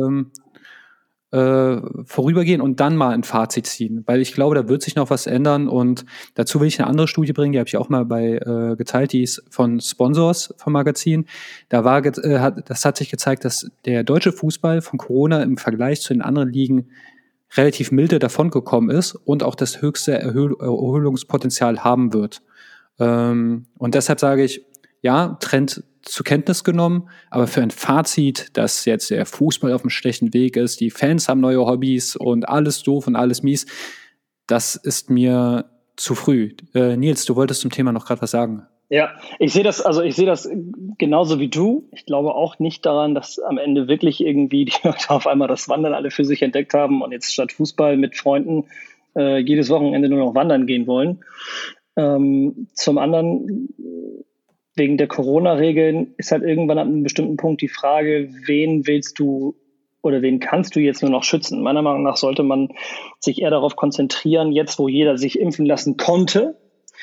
vorübergehen und dann mal ein Fazit ziehen, weil ich glaube, da wird sich noch was ändern und dazu will ich eine andere Studie bringen, die habe ich auch mal geteilt, die ist von Sponsors vom Magazin. Das hat sich gezeigt, dass der deutsche Fußball von Corona im Vergleich zu den anderen Ligen relativ milde davongekommen ist und auch das höchste Erholungspotenzial haben wird. Und deshalb sage ich, ja, Trend zur Kenntnis genommen, aber für ein Fazit, dass jetzt der Fußball auf einem schlechten Weg ist, die Fans haben neue Hobbys und alles doof und alles mies, das ist mir zu früh. Nils, du wolltest zum Thema noch gerade was sagen. Ja, ich sehe das genauso wie du. Ich glaube auch nicht daran, dass am Ende wirklich irgendwie die Leute auf einmal das Wandern alle für sich entdeckt haben und jetzt statt Fußball mit Freunden jedes Wochenende nur noch wandern gehen wollen. Zum anderen, wegen der Corona-Regeln ist halt irgendwann ab einem bestimmten Punkt die Frage, wen willst du oder wen kannst du jetzt nur noch schützen? Meiner Meinung nach sollte man sich eher darauf konzentrieren, jetzt wo jeder sich impfen lassen konnte.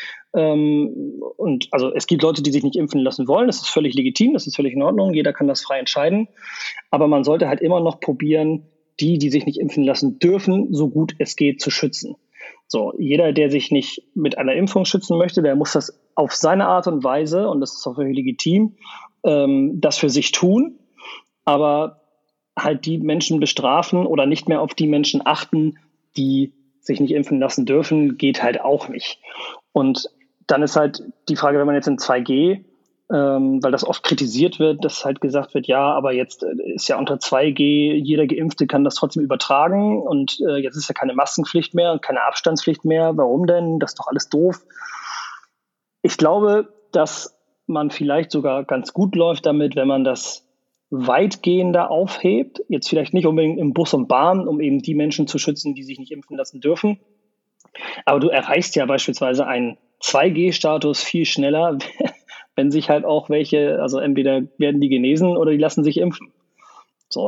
Und also es gibt Leute, die sich nicht impfen lassen wollen. Das ist völlig legitim, das ist völlig in Ordnung. Jeder kann das frei entscheiden. Aber man sollte halt immer noch probieren, die sich nicht impfen lassen dürfen, so gut es geht, zu schützen. So, jeder, der sich nicht mit einer Impfung schützen möchte, der muss das auf seine Art und Weise, und das ist auch völlig legitim, das für sich tun, aber halt die Menschen bestrafen oder nicht mehr auf die Menschen achten, die sich nicht impfen lassen dürfen, geht halt auch nicht. Und dann ist halt die Frage, wenn man jetzt in 2G, weil das oft kritisiert wird, dass halt gesagt wird, ja, aber jetzt ist ja unter 2G, jeder Geimpfte kann das trotzdem übertragen und jetzt ist ja keine Maskenpflicht mehr und keine Abstandspflicht mehr. Warum denn? Das ist doch alles doof. Ich glaube, dass man vielleicht sogar ganz gut läuft damit, wenn man das weitgehender aufhebt. Jetzt vielleicht nicht unbedingt im Bus und Bahn, um eben die Menschen zu schützen, die sich nicht impfen lassen dürfen. Aber du erreichst ja beispielsweise einen 2G-Status viel schneller, wenn sich halt auch welche, also entweder werden die genesen oder die lassen sich impfen. So,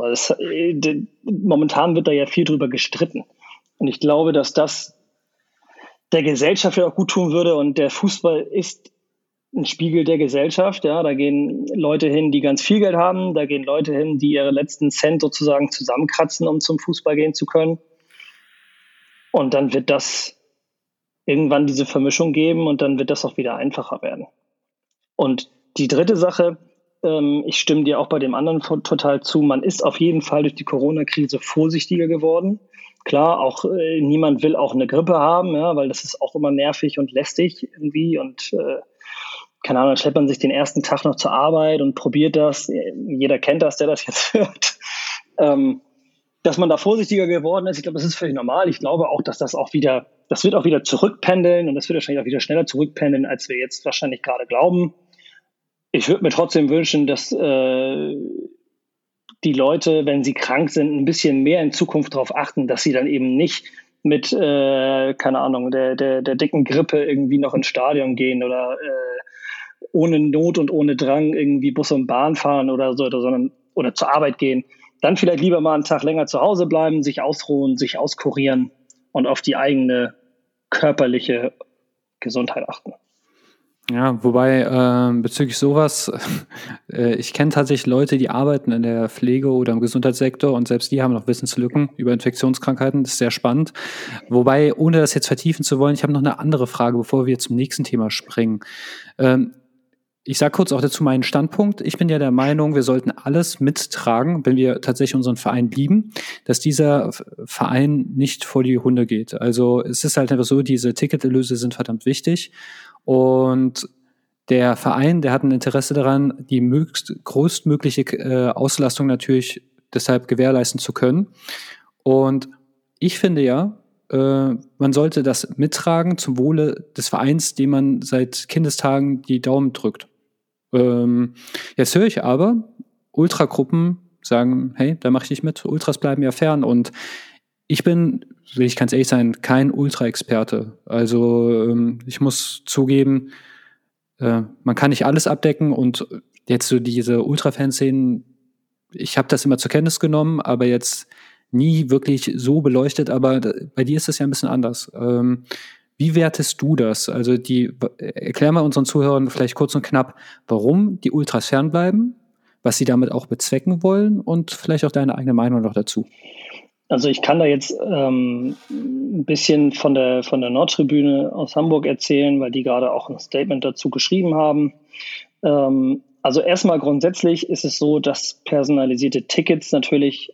momentan wird da ja viel drüber gestritten. Und ich glaube, dass das der Gesellschaft ja auch gut tun würde. Und der Fußball ist ein Spiegel der Gesellschaft. Ja, da gehen Leute hin, die ganz viel Geld haben. Da gehen Leute hin, die ihre letzten Cent sozusagen zusammenkratzen, um zum Fußball gehen zu können. Und dann wird das irgendwann diese Vermischung geben und dann wird das auch wieder einfacher werden. Und die dritte Sache, ich stimme dir auch bei dem anderen total zu, man ist auf jeden Fall durch die Corona-Krise vorsichtiger geworden. Klar, auch niemand will auch eine Grippe haben, ja, weil das ist auch immer nervig und lästig irgendwie und keine Ahnung, dann schleppt man sich den ersten Tag noch zur Arbeit und probiert das. Jeder kennt das, der das jetzt hört. Dass man da vorsichtiger geworden ist, ich glaube, das ist völlig normal. Ich glaube auch, dass das wird auch wieder zurückpendeln und das wird wahrscheinlich auch wieder schneller zurückpendeln, als wir jetzt wahrscheinlich gerade glauben. Ich würde mir trotzdem wünschen, dass die Leute, wenn sie krank sind, ein bisschen mehr in Zukunft darauf achten, dass sie dann eben nicht mit, keine Ahnung, der dicken Grippe irgendwie noch ins Stadion gehen oder ohne Not und ohne Drang irgendwie Bus und Bahn fahren oder so, oder zur Arbeit gehen. Dann vielleicht lieber mal einen Tag länger zu Hause bleiben, sich ausruhen, sich auskurieren und auf die eigene körperliche Gesundheit achten. Ja, wobei bezüglich sowas, ich kenne tatsächlich Leute, die arbeiten in der Pflege oder im Gesundheitssektor und selbst die haben noch Wissenslücken über Infektionskrankheiten. Das ist sehr spannend. Wobei, ohne das jetzt vertiefen zu wollen, ich habe noch eine andere Frage, bevor wir zum nächsten Thema springen. Ich sage kurz auch dazu meinen Standpunkt. Ich bin ja der Meinung, wir sollten alles mittragen, wenn wir tatsächlich unseren Verein lieben, dass dieser Verein nicht vor die Hunde geht. Also es ist halt einfach so, diese Ticketerlöse sind verdammt wichtig. Und der Verein, der hat ein Interesse daran, die größtmögliche Auslastung natürlich deshalb gewährleisten zu können. Und ich finde ja, man sollte das mittragen zum Wohle des Vereins, dem man seit Kindestagen die Daumen drückt. Jetzt höre ich aber, Ultragruppen sagen, hey, da mache ich nicht mit, Ultras bleiben ja fern. Und ich bin, will ich ganz ehrlich sein, kein Ultra-Experte. Also ich muss zugeben, man kann nicht alles abdecken und jetzt so diese Ultra-Fanszenen, ich habe das immer zur Kenntnis genommen, aber jetzt nie wirklich so beleuchtet, aber bei dir ist das ja ein bisschen anders. Wie wertest du das? Also erklär mal unseren Zuhörern vielleicht kurz und knapp, warum die Ultras fernbleiben, was sie damit auch bezwecken wollen und vielleicht auch deine eigene Meinung noch dazu. Also ich kann da jetzt ein bisschen von der Nordtribüne aus Hamburg erzählen, weil die gerade auch ein Statement dazu geschrieben haben. Also erstmal grundsätzlich ist es so, dass personalisierte Tickets natürlich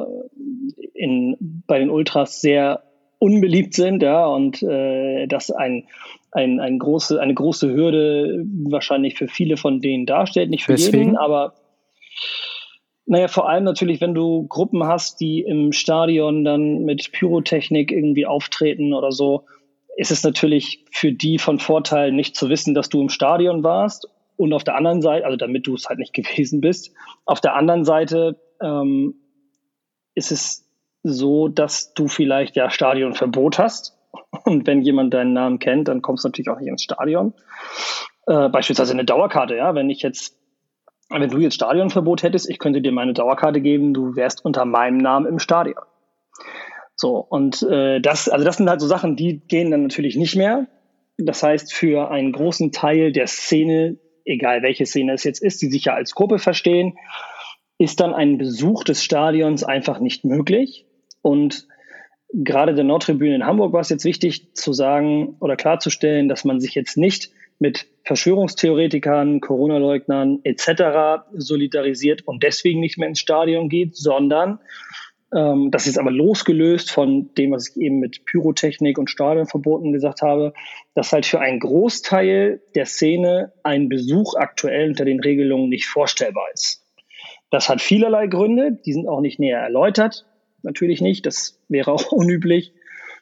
bei den Ultras sehr unbeliebt sind, ja, und das eine große Hürde wahrscheinlich für viele von denen darstellt, nicht für jeden, aber naja, vor allem natürlich, wenn du Gruppen hast, die im Stadion dann mit Pyrotechnik irgendwie auftreten oder so, ist es natürlich für die von Vorteil, nicht zu wissen, dass du im Stadion warst. Und auf der anderen Seite, also damit du es halt nicht gewesen bist, auf der anderen Seite ist es so, dass du vielleicht ja Stadionverbot hast. Und wenn jemand deinen Namen kennt, dann kommst du natürlich auch nicht ins Stadion. Beispielsweise eine Dauerkarte, ja, wenn du jetzt Stadionverbot hättest, ich könnte dir meine Dauerkarte geben, du wärst unter meinem Namen im Stadion. So, und das sind halt so Sachen, die gehen dann natürlich nicht mehr. Das heißt, für einen großen Teil der Szene, egal welche Szene es jetzt ist, die sich ja als Gruppe verstehen, ist dann ein Besuch des Stadions einfach nicht möglich. Und gerade der Nordtribüne in Hamburg war es jetzt wichtig zu sagen oder klarzustellen, dass man sich jetzt nicht mit Verschwörungstheoretikern, Corona-Leugnern etc. solidarisiert und deswegen nicht mehr ins Stadion geht, sondern das ist aber losgelöst von dem, was ich eben mit Pyrotechnik und Stadionverboten gesagt habe, dass halt für einen Großteil der Szene ein Besuch aktuell unter den Regelungen nicht vorstellbar ist. Das hat vielerlei Gründe, die sind auch nicht näher erläutert, natürlich nicht, das wäre auch unüblich.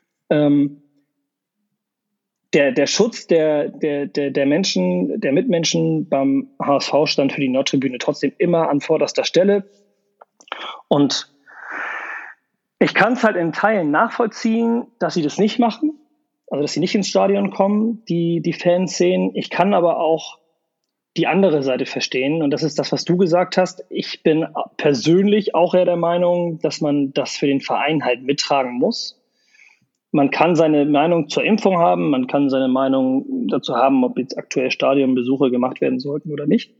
Der Schutz der Menschen, der Mitmenschen beim HSV stand für die Nordtribüne trotzdem immer an vorderster Stelle. Und ich kann es halt in Teilen nachvollziehen, dass sie das nicht machen, also dass sie nicht ins Stadion kommen, die Fanszenen. Ich kann aber auch die andere Seite verstehen. Und das ist das, was du gesagt hast. Ich bin persönlich auch eher der Meinung, dass man das für den Verein halt mittragen muss. Man kann seine Meinung zur Impfung haben, man kann seine Meinung dazu haben, ob jetzt aktuell Stadionbesuche gemacht werden sollten oder nicht.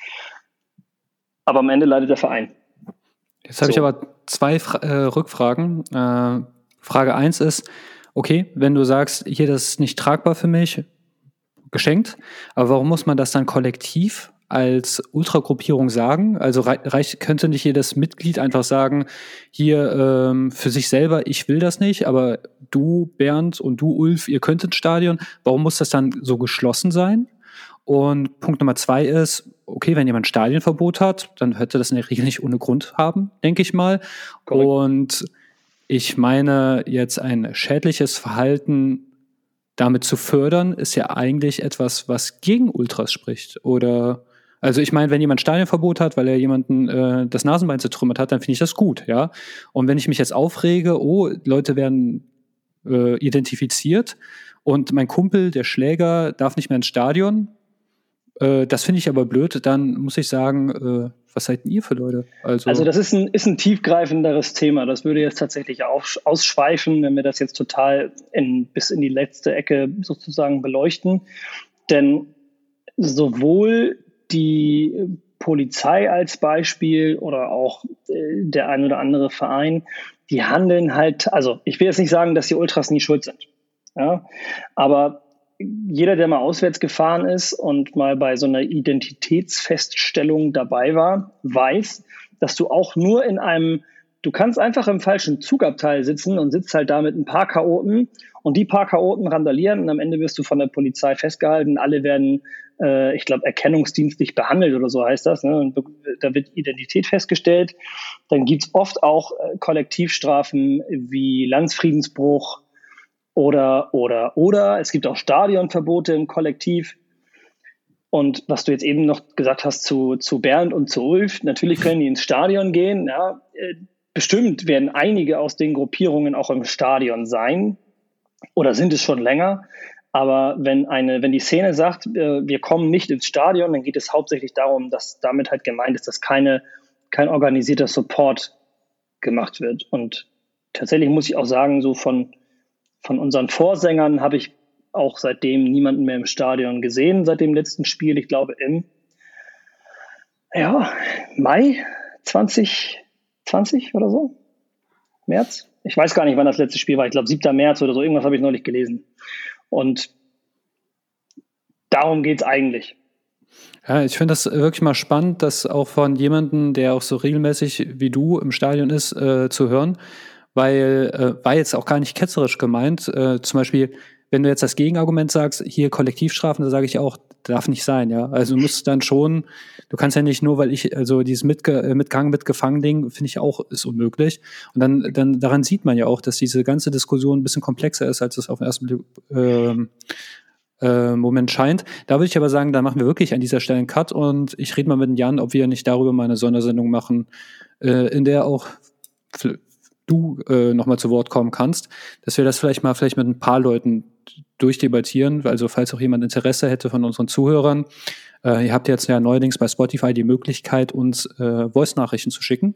Aber am Ende leidet der Verein. Jetzt habe ich aber zwei Rückfragen. Frage 1 ist, okay, wenn du sagst, hier, das ist nicht tragbar für mich, geschenkt, aber warum muss man das dann kollektiv als Ultragruppierung sagen? Also könnte nicht jedes Mitglied einfach sagen, hier für sich selber, ich will das nicht, aber du, Bernd, und du, Ulf, ihr könnt ins Stadion. Warum muss das dann so geschlossen sein? Und Punkt Nummer 2 ist, okay, wenn jemand Stadionverbot hat, dann hätte das in der Regel nicht ohne Grund haben, denke ich mal. Correct. Und ich meine, jetzt ein schädliches Verhalten damit zu fördern, ist ja eigentlich etwas, was gegen Ultras spricht. Oder, also ich meine, wenn jemand Stadionverbot hat, weil er jemanden das Nasenbein zertrümmert hat, dann finde ich das gut, ja. Und wenn ich mich jetzt aufrege, oh, Leute werden identifiziert und mein Kumpel, der Schläger, darf nicht mehr ins Stadion, das finde ich aber blöd, dann muss ich sagen, was seid ihr für Leute? Also das ist ein tiefgreifenderes Thema. Das würde jetzt tatsächlich ausschweifen, wenn wir das jetzt total bis in die letzte Ecke sozusagen beleuchten. Denn sowohl die Polizei als Beispiel oder auch der ein oder andere Verein, die handeln halt, also ich will jetzt nicht sagen, dass die Ultras nie schuld sind. Ja, aber jeder, der mal auswärts gefahren ist und mal bei so einer Identitätsfeststellung dabei war, weiß, dass du auch nur du kannst einfach im falschen Zugabteil sitzen und sitzt halt da mit ein paar Chaoten und die paar Chaoten randalieren und am Ende wirst du von der Polizei festgehalten. Alle werden, ich glaube, erkennungsdienstlich behandelt oder so heißt das. Ne? Und da wird Identität festgestellt. Dann gibt's oft auch Kollektivstrafen wie Landsfriedensbruch, oder es gibt auch Stadionverbote im Kollektiv. Und was du jetzt eben noch gesagt hast zu Bernd und zu Ulf, natürlich können die ins Stadion gehen. Ja, bestimmt werden einige aus den Gruppierungen auch im Stadion sein oder sind es schon länger. Aber wenn die Szene sagt, wir kommen nicht ins Stadion, dann geht es hauptsächlich darum, dass damit halt gemeint ist, dass kein organisierter Support gemacht wird. Und tatsächlich muss ich auch sagen, so von unseren Vorsängern habe ich auch seitdem niemanden mehr im Stadion gesehen, seit dem letzten Spiel. Ich glaube im Mai 2020 oder so. März. Ich weiß gar nicht, wann das letzte Spiel war. Ich glaube 7. März oder so. Irgendwas habe ich neulich gelesen. Und darum geht es eigentlich. Ja, ich finde das wirklich mal spannend, das auch von jemandem, der auch so regelmäßig wie du im Stadion ist, zu hören. Weil, war jetzt auch gar nicht ketzerisch gemeint. Zum Beispiel, wenn du jetzt das Gegenargument sagst, hier Kollektivstrafen, da sage ich auch, darf nicht sein, ja. Also du musst dann schon, du kannst ja nicht nur, weil also dieses Mitgang, Mitgefangen-Ding, finde ich auch, ist unmöglich. Und dann daran sieht man ja auch, dass diese ganze Diskussion ein bisschen komplexer ist, als es auf den ersten Blick Moment scheint. Da würde ich aber sagen, da machen wir wirklich an dieser Stelle einen Cut und ich rede mal mit Jan, ob wir nicht darüber mal eine Sondersendung machen, in der auch du nochmal zu Wort kommen kannst, dass wir das vielleicht mit ein paar Leuten durchdebattieren, also falls auch jemand Interesse hätte von unseren Zuhörern. Ihr habt jetzt ja neuerdings bei Spotify die Möglichkeit, uns Voice-Nachrichten zu schicken.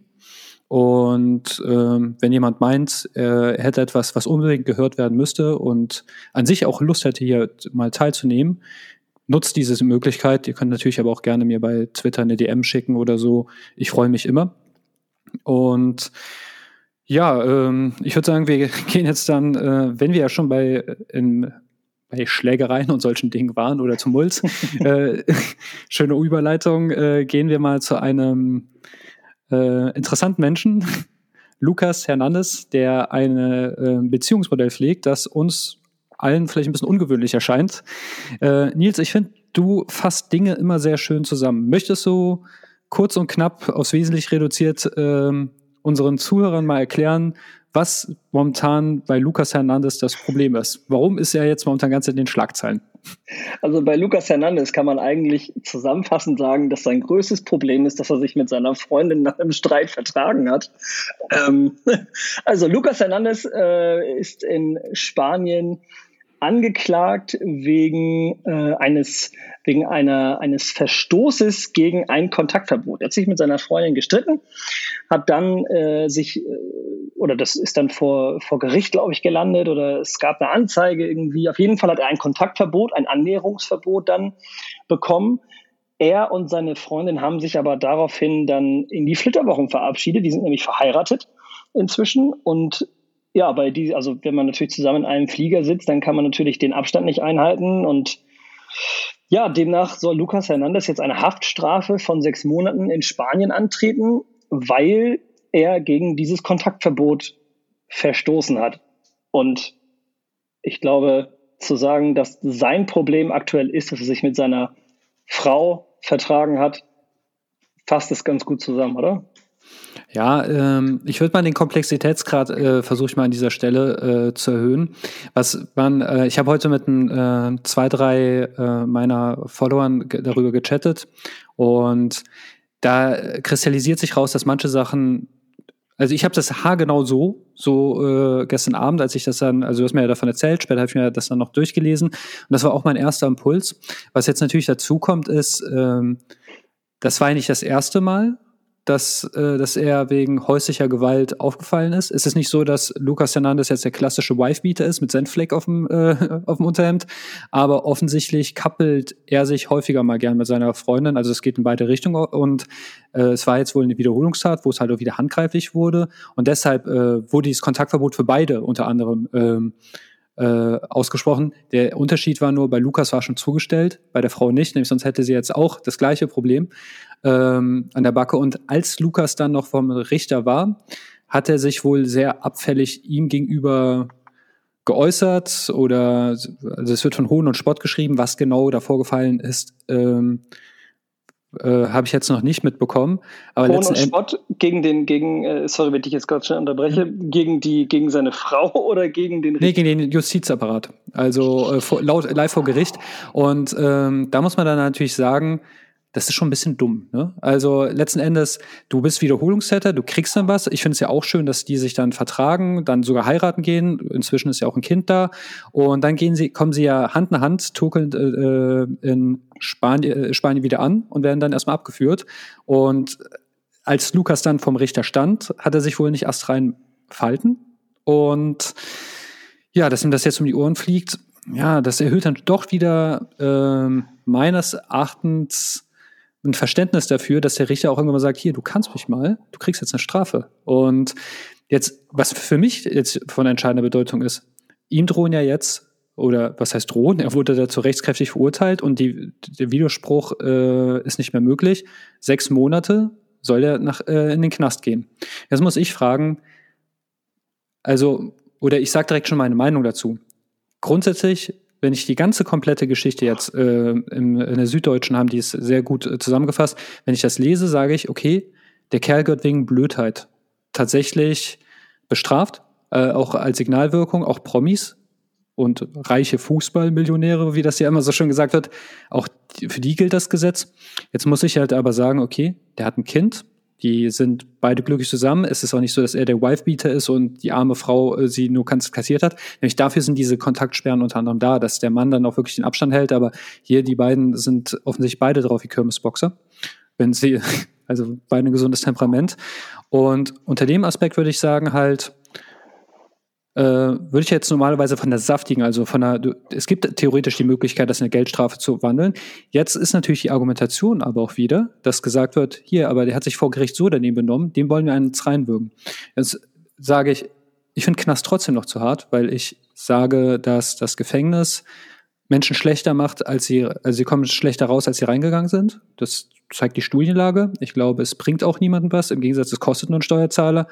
Und wenn jemand meint, er hätte etwas, was unbedingt gehört werden müsste und an sich auch Lust hätte, hier mal teilzunehmen, nutzt diese Möglichkeit. Ihr könnt natürlich aber auch gerne mir bei Twitter eine DM schicken oder so. Ich freue mich immer. Und ja, ich würde sagen, wir gehen jetzt dann, wenn wir ja schon bei Schlägereien und solchen Dingen waren oder Tumults, schöne Überleitung, gehen wir mal zu einem interessanten Menschen, Lucas Hernandez, der ein Beziehungsmodell pflegt, das uns allen vielleicht ein bisschen ungewöhnlich erscheint. Nils, ich finde, du fasst Dinge immer sehr schön zusammen. Möchtest du kurz und knapp aufs Wesentliche reduziert unseren Zuhörern mal erklären, was momentan bei Lucas Hernandez das Problem ist? Warum ist er jetzt momentan ganz in den Schlagzeilen? Also bei Lucas Hernandez kann man eigentlich zusammenfassend sagen, dass sein größtes Problem ist, dass er sich mit seiner Freundin nach einem Streit vertragen hat. Also Lucas Hernandez ist in Spanien angeklagt wegen eines Verstoßes gegen ein Kontaktverbot. Er hat sich mit seiner Freundin gestritten, hat dann das ist dann vor Gericht, glaube ich, gelandet oder es gab eine Anzeige irgendwie. Auf jeden Fall hat er ein Kontaktverbot, ein Annäherungsverbot dann bekommen. Er und seine Freundin haben sich aber daraufhin dann in die Flitterwochen verabschiedet. Die sind nämlich verheiratet inzwischen und ja, wenn man natürlich zusammen in einem Flieger sitzt, dann kann man natürlich den Abstand nicht einhalten und ja, demnach soll Lucas Hernandez jetzt eine Haftstrafe von 6 Monaten in Spanien antreten, weil er gegen dieses Kontaktverbot verstoßen hat. Und ich glaube, zu sagen, dass sein Problem aktuell ist, dass er sich mit seiner Frau vertragen hat, fasst es ganz gut zusammen, oder? Ja, ich würde mal den Komplexitätsgrad versuche ich mal an dieser Stelle zu erhöhen. Ich habe heute mit 2, 3 meiner Followern darüber gechattet und da kristallisiert sich raus, dass manche Sachen, also ich habe das haargenau so gestern Abend, als ich das dann, also du hast mir ja davon erzählt, später habe ich mir das dann noch durchgelesen und das war auch mein erster Impuls. Was jetzt natürlich dazu kommt, ist, das war ja nicht das erste Mal, dass er wegen häuslicher Gewalt aufgefallen ist. Es ist nicht so, dass Lucas Hernandez jetzt der klassische Wifebeater ist mit Senffleck auf dem Unterhemd, aber offensichtlich kappelt er sich häufiger mal gern mit seiner Freundin. Also es geht in beide Richtungen und es war jetzt wohl eine Wiederholungstat, wo es halt auch wieder handgreiflich wurde und deshalb wurde dieses Kontaktverbot für beide unter anderem ausgesprochen. Der Unterschied war nur, bei Lucas war schon zugestellt, bei der Frau nicht, nämlich sonst hätte sie jetzt auch das gleiche Problem an der Backe. Und als Lucas dann noch vom Richter war, hat er sich wohl sehr abfällig ihm gegenüber geäußert oder also es wird von Hohn und Spott geschrieben, was genau da vorgefallen ist, habe ich jetzt noch nicht mitbekommen. Aber Hohn und Spott sorry, wenn ich jetzt gerade schnell unterbreche, gegen seine Frau oder gegen den Richter? Nee, gegen den Justizapparat. Also live vor Gericht. Und da muss man dann natürlich sagen, das ist schon ein bisschen dumm. Ne? Also letzten Endes, du bist Wiederholungstäter, du kriegst dann was. Ich finde es ja auch schön, dass die sich dann vertragen, dann sogar heiraten gehen. Inzwischen ist ja auch ein Kind da. Und dann kommen sie ja Hand in Hand, tuckelnd in Spanien wieder an und werden dann erstmal abgeführt. Und als Lukas dann vom Richter stand, hat er sich wohl nicht astrein verhalten. Und ja, dass ihm das jetzt um die Ohren fliegt, ja, das erhöht dann doch wieder meines Erachtens ein Verständnis dafür, dass der Richter auch irgendwann mal sagt, hier, du kannst mich mal, du kriegst jetzt eine Strafe. Und jetzt, was für mich jetzt von entscheidender Bedeutung ist, ihm drohen ja jetzt, oder was heißt drohen, er wurde dazu rechtskräftig verurteilt und der Widerspruch ist nicht mehr möglich. 6 Monate soll er in den Knast gehen. Jetzt muss ich fragen, oder ich sage direkt schon meine Meinung dazu. Grundsätzlich, wenn ich die ganze komplette Geschichte jetzt in der Süddeutschen haben die es sehr gut zusammengefasst, wenn ich das lese, sage ich, okay, der Kerl gehört wegen Blödheit tatsächlich bestraft, auch als Signalwirkung, auch Promis und reiche Fußballmillionäre, wie das ja immer so schön gesagt wird, auch für die gilt das Gesetz. Jetzt muss ich halt aber sagen, okay, der hat ein Kind, die sind beide glücklich zusammen. Es ist auch nicht so, dass er der Wifebeater ist und die arme Frau sie nur kassiert hat. Nämlich dafür sind diese Kontaktsperren unter anderem da, dass der Mann dann auch wirklich den Abstand hält. Aber hier, die beiden sind offensichtlich beide drauf wie Kirmesboxer. Also beide ein gesundes Temperament. Und unter dem Aspekt würde ich sagen halt, würde ich jetzt normalerweise von der saftigen, also es gibt theoretisch die Möglichkeit, das in eine Geldstrafe zu wandeln. Jetzt ist natürlich die Argumentation aber auch wieder, dass gesagt wird, hier, aber der hat sich vor Gericht so daneben benommen, dem wollen wir einen ins reinwürgen. Jetzt sage ich finde Knast trotzdem noch zu hart, weil ich sage, dass das Gefängnis Menschen schlechter macht, also sie kommen schlechter raus, als sie reingegangen sind. Das zeigt die Studienlage. Ich glaube, es bringt auch niemandem was. Im Gegensatz, es kostet nur einen Steuerzahler.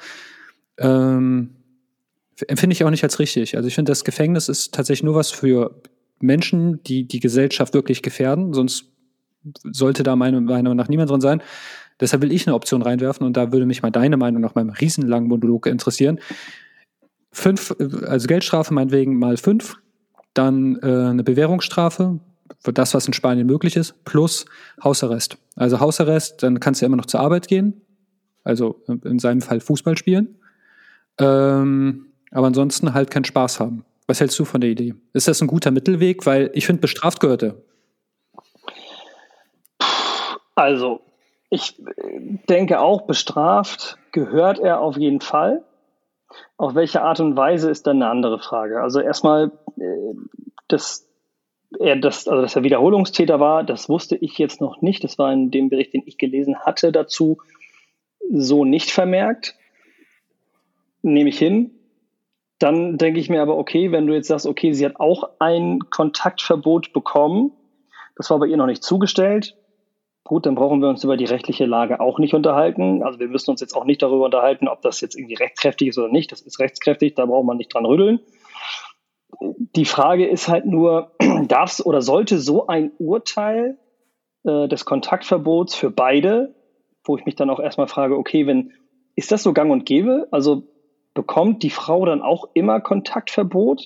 Empfinde ich auch nicht als richtig. Also ich finde, das Gefängnis ist tatsächlich nur was für Menschen, die die Gesellschaft wirklich gefährden. Sonst sollte da meiner Meinung nach niemand drin sein. Deshalb will ich eine Option reinwerfen und da würde mich mal deine Meinung nach meinem riesenlangen Monolog interessieren. 5, also Geldstrafe meinetwegen mal 5, dann eine Bewährungsstrafe für das, was in Spanien möglich ist, plus Hausarrest. Also Hausarrest, dann kannst du ja immer noch zur Arbeit gehen, also in seinem Fall Fußball spielen. Aber ansonsten halt keinen Spaß haben. Was hältst du von der Idee? Ist das ein guter Mittelweg? Weil ich finde, bestraft gehört er. Also, ich denke auch, bestraft gehört er auf jeden Fall. Auf welche Art und Weise ist dann eine andere Frage. Also erstmal, dass er Wiederholungstäter war, das wusste ich jetzt noch nicht. Das war in dem Bericht, den ich gelesen hatte, dazu so nicht vermerkt. Nehme ich hin. Dann denke ich mir aber, okay, wenn du jetzt sagst, okay, sie hat auch ein Kontaktverbot bekommen, das war bei ihr noch nicht zugestellt, gut, dann brauchen wir uns über die rechtliche Lage auch nicht unterhalten. Also wir müssen uns jetzt auch nicht darüber unterhalten, ob das jetzt irgendwie rechtskräftig ist oder nicht. Das ist rechtskräftig, da braucht man nicht dran rütteln. Die Frage ist halt nur, darf es oder sollte so ein Urteil des Kontaktverbots für beide, wo ich mich dann auch erstmal frage, okay, ist das so gang und gäbe? Also bekommt die Frau dann auch immer Kontaktverbot?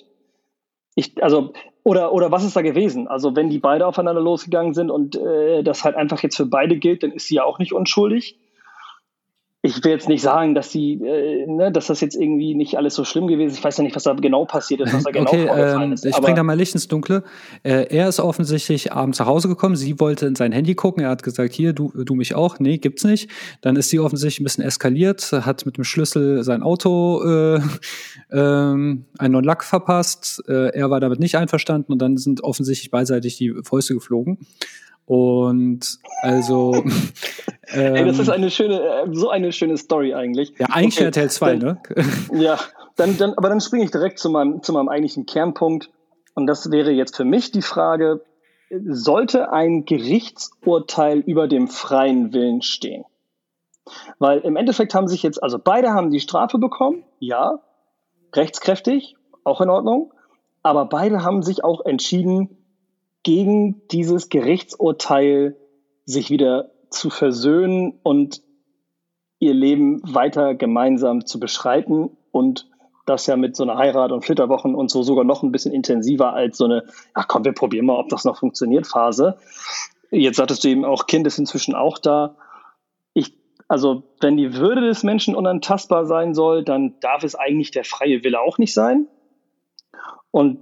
Oder was ist da gewesen? Also wenn die beide aufeinander losgegangen sind und das halt einfach jetzt für beide gilt, dann ist sie ja auch nicht unschuldig. Ich will jetzt nicht sagen, dass dass das jetzt irgendwie nicht alles so schlimm gewesen ist. Ich weiß ja nicht, was da genau passiert ist, was da genau vorgefallen ist. Ich bringe da mal Licht ins Dunkle. Er ist offensichtlich abends nach Hause gekommen. Sie wollte in sein Handy gucken. Er hat gesagt, hier, du mich auch. Nee, gibt's nicht. Dann ist sie offensichtlich ein bisschen eskaliert, hat mit dem Schlüssel sein Auto einen neuen Lack verpasst. Er war damit nicht einverstanden und dann sind offensichtlich beidseitig die Fäuste geflogen. Und also das ist so eine schöne Story eigentlich. Ja, eigentlich okay, RTL 2, ne? Ja, aber dann springe ich direkt zu meinem eigentlichen Kernpunkt. Und das wäre jetzt für mich die Frage, sollte ein Gerichtsurteil über dem freien Willen stehen? Weil im Endeffekt beide haben die Strafe bekommen, ja, rechtskräftig, auch in Ordnung, aber beide haben sich auch entschieden, gegen dieses Gerichtsurteil sich wieder zu versöhnen und ihr Leben weiter gemeinsam zu beschreiten und das ja mit so einer Heirat und Flitterwochen und so sogar noch ein bisschen intensiver als so eine, ach komm, wir probieren mal, ob das noch funktioniert Phase. Jetzt sagtest du eben auch, Kind ist inzwischen auch da. Also wenn die Würde des Menschen unantastbar sein soll, dann darf es eigentlich der freie Wille auch nicht sein. Und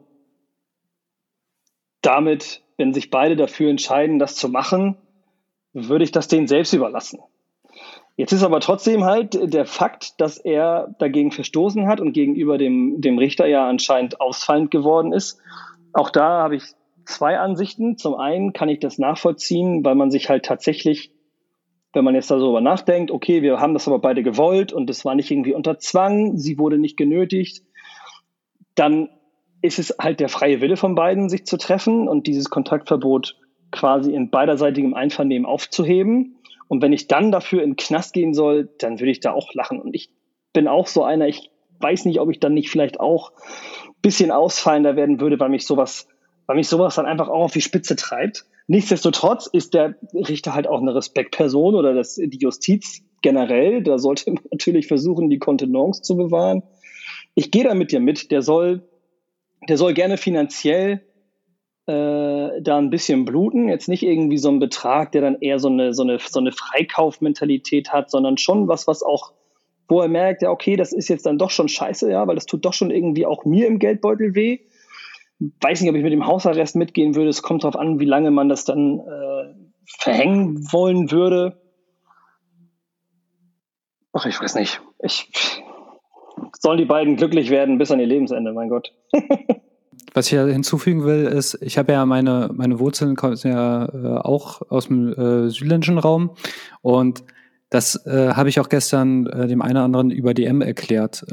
damit, wenn sich beide dafür entscheiden, das zu machen, würde ich das denen selbst überlassen. Jetzt ist aber trotzdem halt der Fakt, dass er dagegen verstoßen hat und gegenüber dem Richter ja anscheinend ausfallend geworden ist. Auch da habe ich zwei Ansichten. Zum einen kann ich das nachvollziehen, weil man sich halt tatsächlich, wenn man jetzt darüber nachdenkt, okay, wir haben das aber beide gewollt und es war nicht irgendwie unter Zwang, sie wurde nicht genötigt, dann ist es halt der freie Wille von beiden, sich zu treffen und dieses Kontaktverbot quasi in beiderseitigem Einvernehmen aufzuheben. Und wenn ich dann dafür in den Knast gehen soll, dann würde ich da auch lachen. Und ich bin auch so einer, ich weiß nicht, ob ich dann nicht vielleicht auch ein bisschen ausfallender werden würde, weil mich sowas dann einfach auch auf die Spitze treibt. Nichtsdestotrotz ist der Richter halt auch eine Respektperson oder die Justiz generell. Da sollte man natürlich versuchen, die Kontenance zu bewahren. Ich gehe da mit dir mit. Der soll gerne finanziell da ein bisschen bluten. Jetzt nicht irgendwie so ein Betrag, der dann eher so eine Freikaufmentalität hat, sondern schon was auch, wo er merkt, ja, okay, das ist jetzt dann doch schon scheiße, ja, weil das tut doch schon irgendwie auch mir im Geldbeutel weh. Weiß nicht, ob ich mit dem Hausarrest mitgehen würde. Es kommt darauf an, wie lange man das dann verhängen wollen würde. Ach, ich weiß nicht. Sollen die beiden glücklich werden bis an ihr Lebensende, mein Gott. Was ich ja hinzufügen will, ist, ich habe ja meine Wurzeln kommen ja auch aus dem südländischen Raum und das habe ich auch gestern dem einen oder anderen über DM erklärt.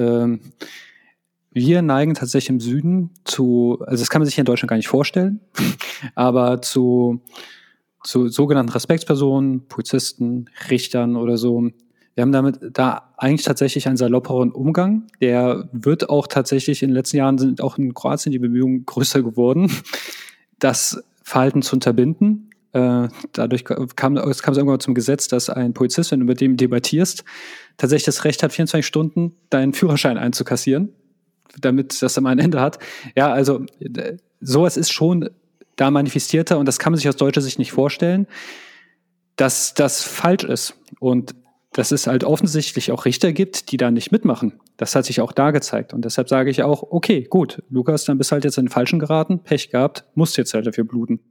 Wir neigen tatsächlich im Süden also das kann man sich hier in Deutschland gar nicht vorstellen, aber zu sogenannten Respektspersonen, Polizisten, Richtern oder so. Wir haben da eigentlich tatsächlich einen salopperen Umgang. Der wird auch tatsächlich in den letzten Jahren sind auch in Kroatien die Bemühungen größer geworden, das Verhalten zu unterbinden. Dadurch kam es irgendwann zum Gesetz, dass ein Polizist, wenn du mit dem debattierst, tatsächlich das Recht hat, 24 Stunden deinen Führerschein einzukassieren, damit das dann mal ein Ende hat. Ja, also sowas ist schon da manifestierter und das kann man sich aus deutscher Sicht nicht vorstellen, dass das falsch ist. Und dass es halt offensichtlich auch Richter gibt, die da nicht mitmachen. Das hat sich auch da gezeigt. Und deshalb sage ich auch, okay, gut, Lukas, dann bist du halt jetzt in den Falschen geraten, Pech gehabt, musst jetzt halt dafür bluten.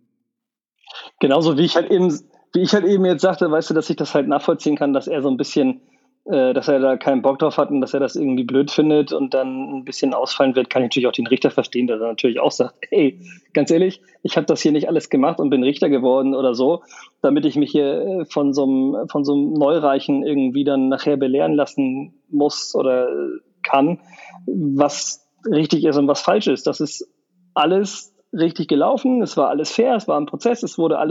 Genauso wie ich halt eben jetzt sagte, weißt du, dass ich das halt nachvollziehen kann, dass er so ein bisschen, dass er da keinen Bock drauf hat und dass er das irgendwie blöd findet und dann ein bisschen ausfallen wird, kann ich natürlich auch den Richter verstehen, der dann natürlich auch sagt, hey, ganz ehrlich, ich habe das hier nicht alles gemacht und bin Richter geworden oder so, damit ich mich hier von so einem Neureichen irgendwie dann nachher belehren lassen muss oder kann, was richtig ist und was falsch ist. Das ist alles richtig gelaufen, es war alles fair, es war ein Prozess,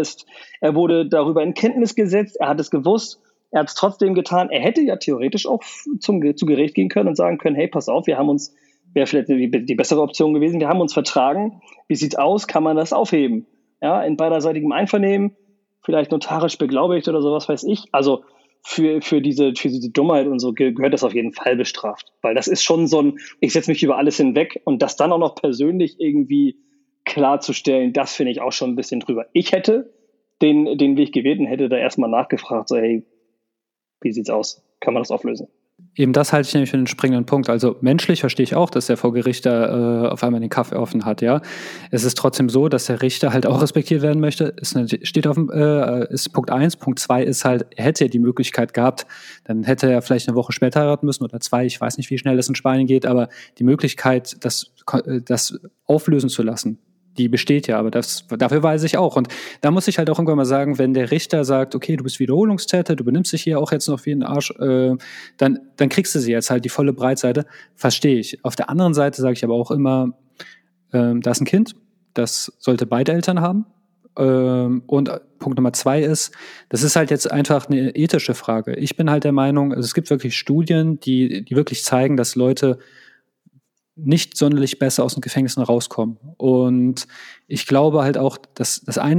er wurde darüber in Kenntnis gesetzt, er hat es gewusst, er hat es trotzdem getan. Er hätte ja theoretisch auch zu Gericht gehen können und sagen können, hey, pass auf, wäre vielleicht die bessere Option gewesen, wir haben uns vertragen, wie sieht's aus, kann man das aufheben? Ja, in beiderseitigem Einvernehmen, vielleicht notarisch beglaubigt oder sowas weiß ich. Also für diese Dummheit und so gehört das auf jeden Fall bestraft. Weil das ist schon so ich setze mich über alles hinweg und das dann auch noch persönlich irgendwie klarzustellen, das finde ich auch schon ein bisschen drüber. Ich hätte den Weg gewählt und hätte da erstmal nachgefragt, so hey, wie sieht's aus? Kann man das auflösen? Eben das halte ich nämlich für den springenden Punkt. Also menschlich verstehe ich auch, dass der vor Gericht da auf einmal den Kaffee offen hat, ja. Es ist trotzdem so, dass der Richter halt auch respektiert werden möchte. Ist Punkt 1. Punkt 2 ist halt, er hätte ja die Möglichkeit gehabt, dann hätte er vielleicht eine Woche später heiraten müssen oder 2, ich weiß nicht, wie schnell das in Spanien geht, aber die Möglichkeit, das auflösen zu lassen, die besteht ja, aber dafür weiß ich auch. Und da muss ich halt auch irgendwann mal sagen, wenn der Richter sagt, okay, du bist Wiederholungstäter, du benimmst dich hier auch jetzt noch wie ein Arsch, dann kriegst du sie jetzt halt die volle Breitseite, verstehe ich. Auf der anderen Seite sage ich aber auch immer, da ist ein Kind, das sollte beide Eltern haben. Und Punkt Nummer 2 ist, das ist halt jetzt einfach eine ethische Frage. Ich bin halt der Meinung, also es gibt wirklich Studien, die wirklich zeigen, dass Leute nicht sonderlich besser aus den Gefängnissen rauskommen. Und ich glaube halt auch, dass das eine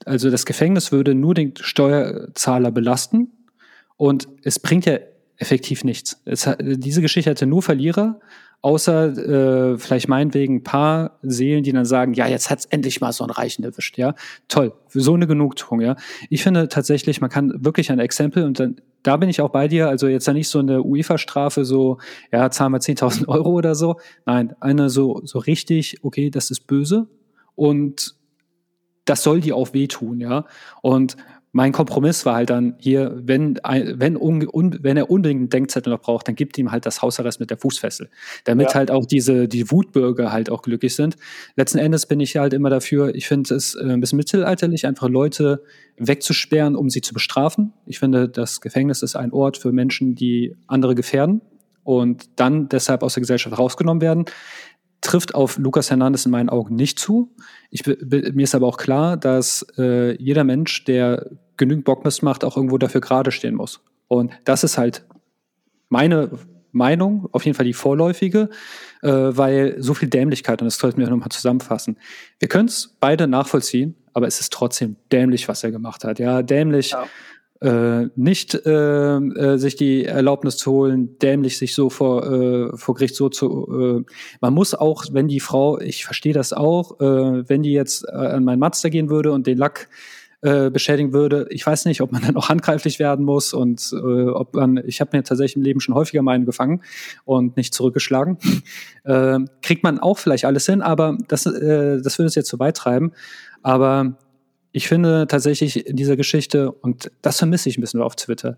also das Gefängnis würde nur den Steuerzahler belasten und es bringt ja effektiv nichts. Diese Geschichte hätte nur Verlierer, außer vielleicht meinetwegen ein paar Seelen, die dann sagen, ja, jetzt hat's endlich mal so einen Reichen erwischt, ja. Toll, für so eine Genugtuung, ja. Ich finde tatsächlich, man kann wirklich ein Exempel und dann, da bin ich auch bei dir, also jetzt ja nicht so eine UEFA-Strafe, so, ja, zahlen wir 10.000 Euro oder so. Nein, eine so richtig, okay, das ist böse und das soll dir auch wehtun, ja. Und mein Kompromiss war halt dann hier, wenn er unbedingt einen Denkzettel noch braucht, dann gibt ihm halt das Hausarrest mit der Fußfessel, damit halt auch die Wutbürger halt auch glücklich sind. Letzten Endes bin ich halt immer dafür, ich finde es ein bisschen mittelalterlich, einfach Leute wegzusperren, um sie zu bestrafen. Ich finde, das Gefängnis ist ein Ort für Menschen, die andere gefährden und dann deshalb aus der Gesellschaft rausgenommen werden. Trifft auf Lucas Hernandez in meinen Augen nicht zu. Mir ist aber auch klar, dass jeder Mensch, der genügend Bockmist macht, auch irgendwo dafür gerade stehen muss. Und das ist halt meine Meinung, auf jeden Fall die vorläufige, weil so viel Dämlichkeit, und das sollten wir nochmal zusammenfassen. Wir können es beide nachvollziehen, aber es ist trotzdem dämlich, was er gemacht hat. Ja, dämlich. Ja. Nicht sich die Erlaubnis zu holen, dämlich sich so vor Gericht so zu. Man muss auch, wenn die Frau, ich verstehe das auch, wenn die jetzt an meinen Mazda gehen würde und den Lack beschädigen würde, ich weiß nicht, ob man dann auch handgreiflich werden muss und ich habe mir tatsächlich im Leben schon häufiger mal einen gefangen und nicht zurückgeschlagen. Kriegt man auch vielleicht alles hin, aber das würde es jetzt zu weit treiben. Aber ich finde tatsächlich in dieser Geschichte, und das vermisse ich ein bisschen auf Twitter,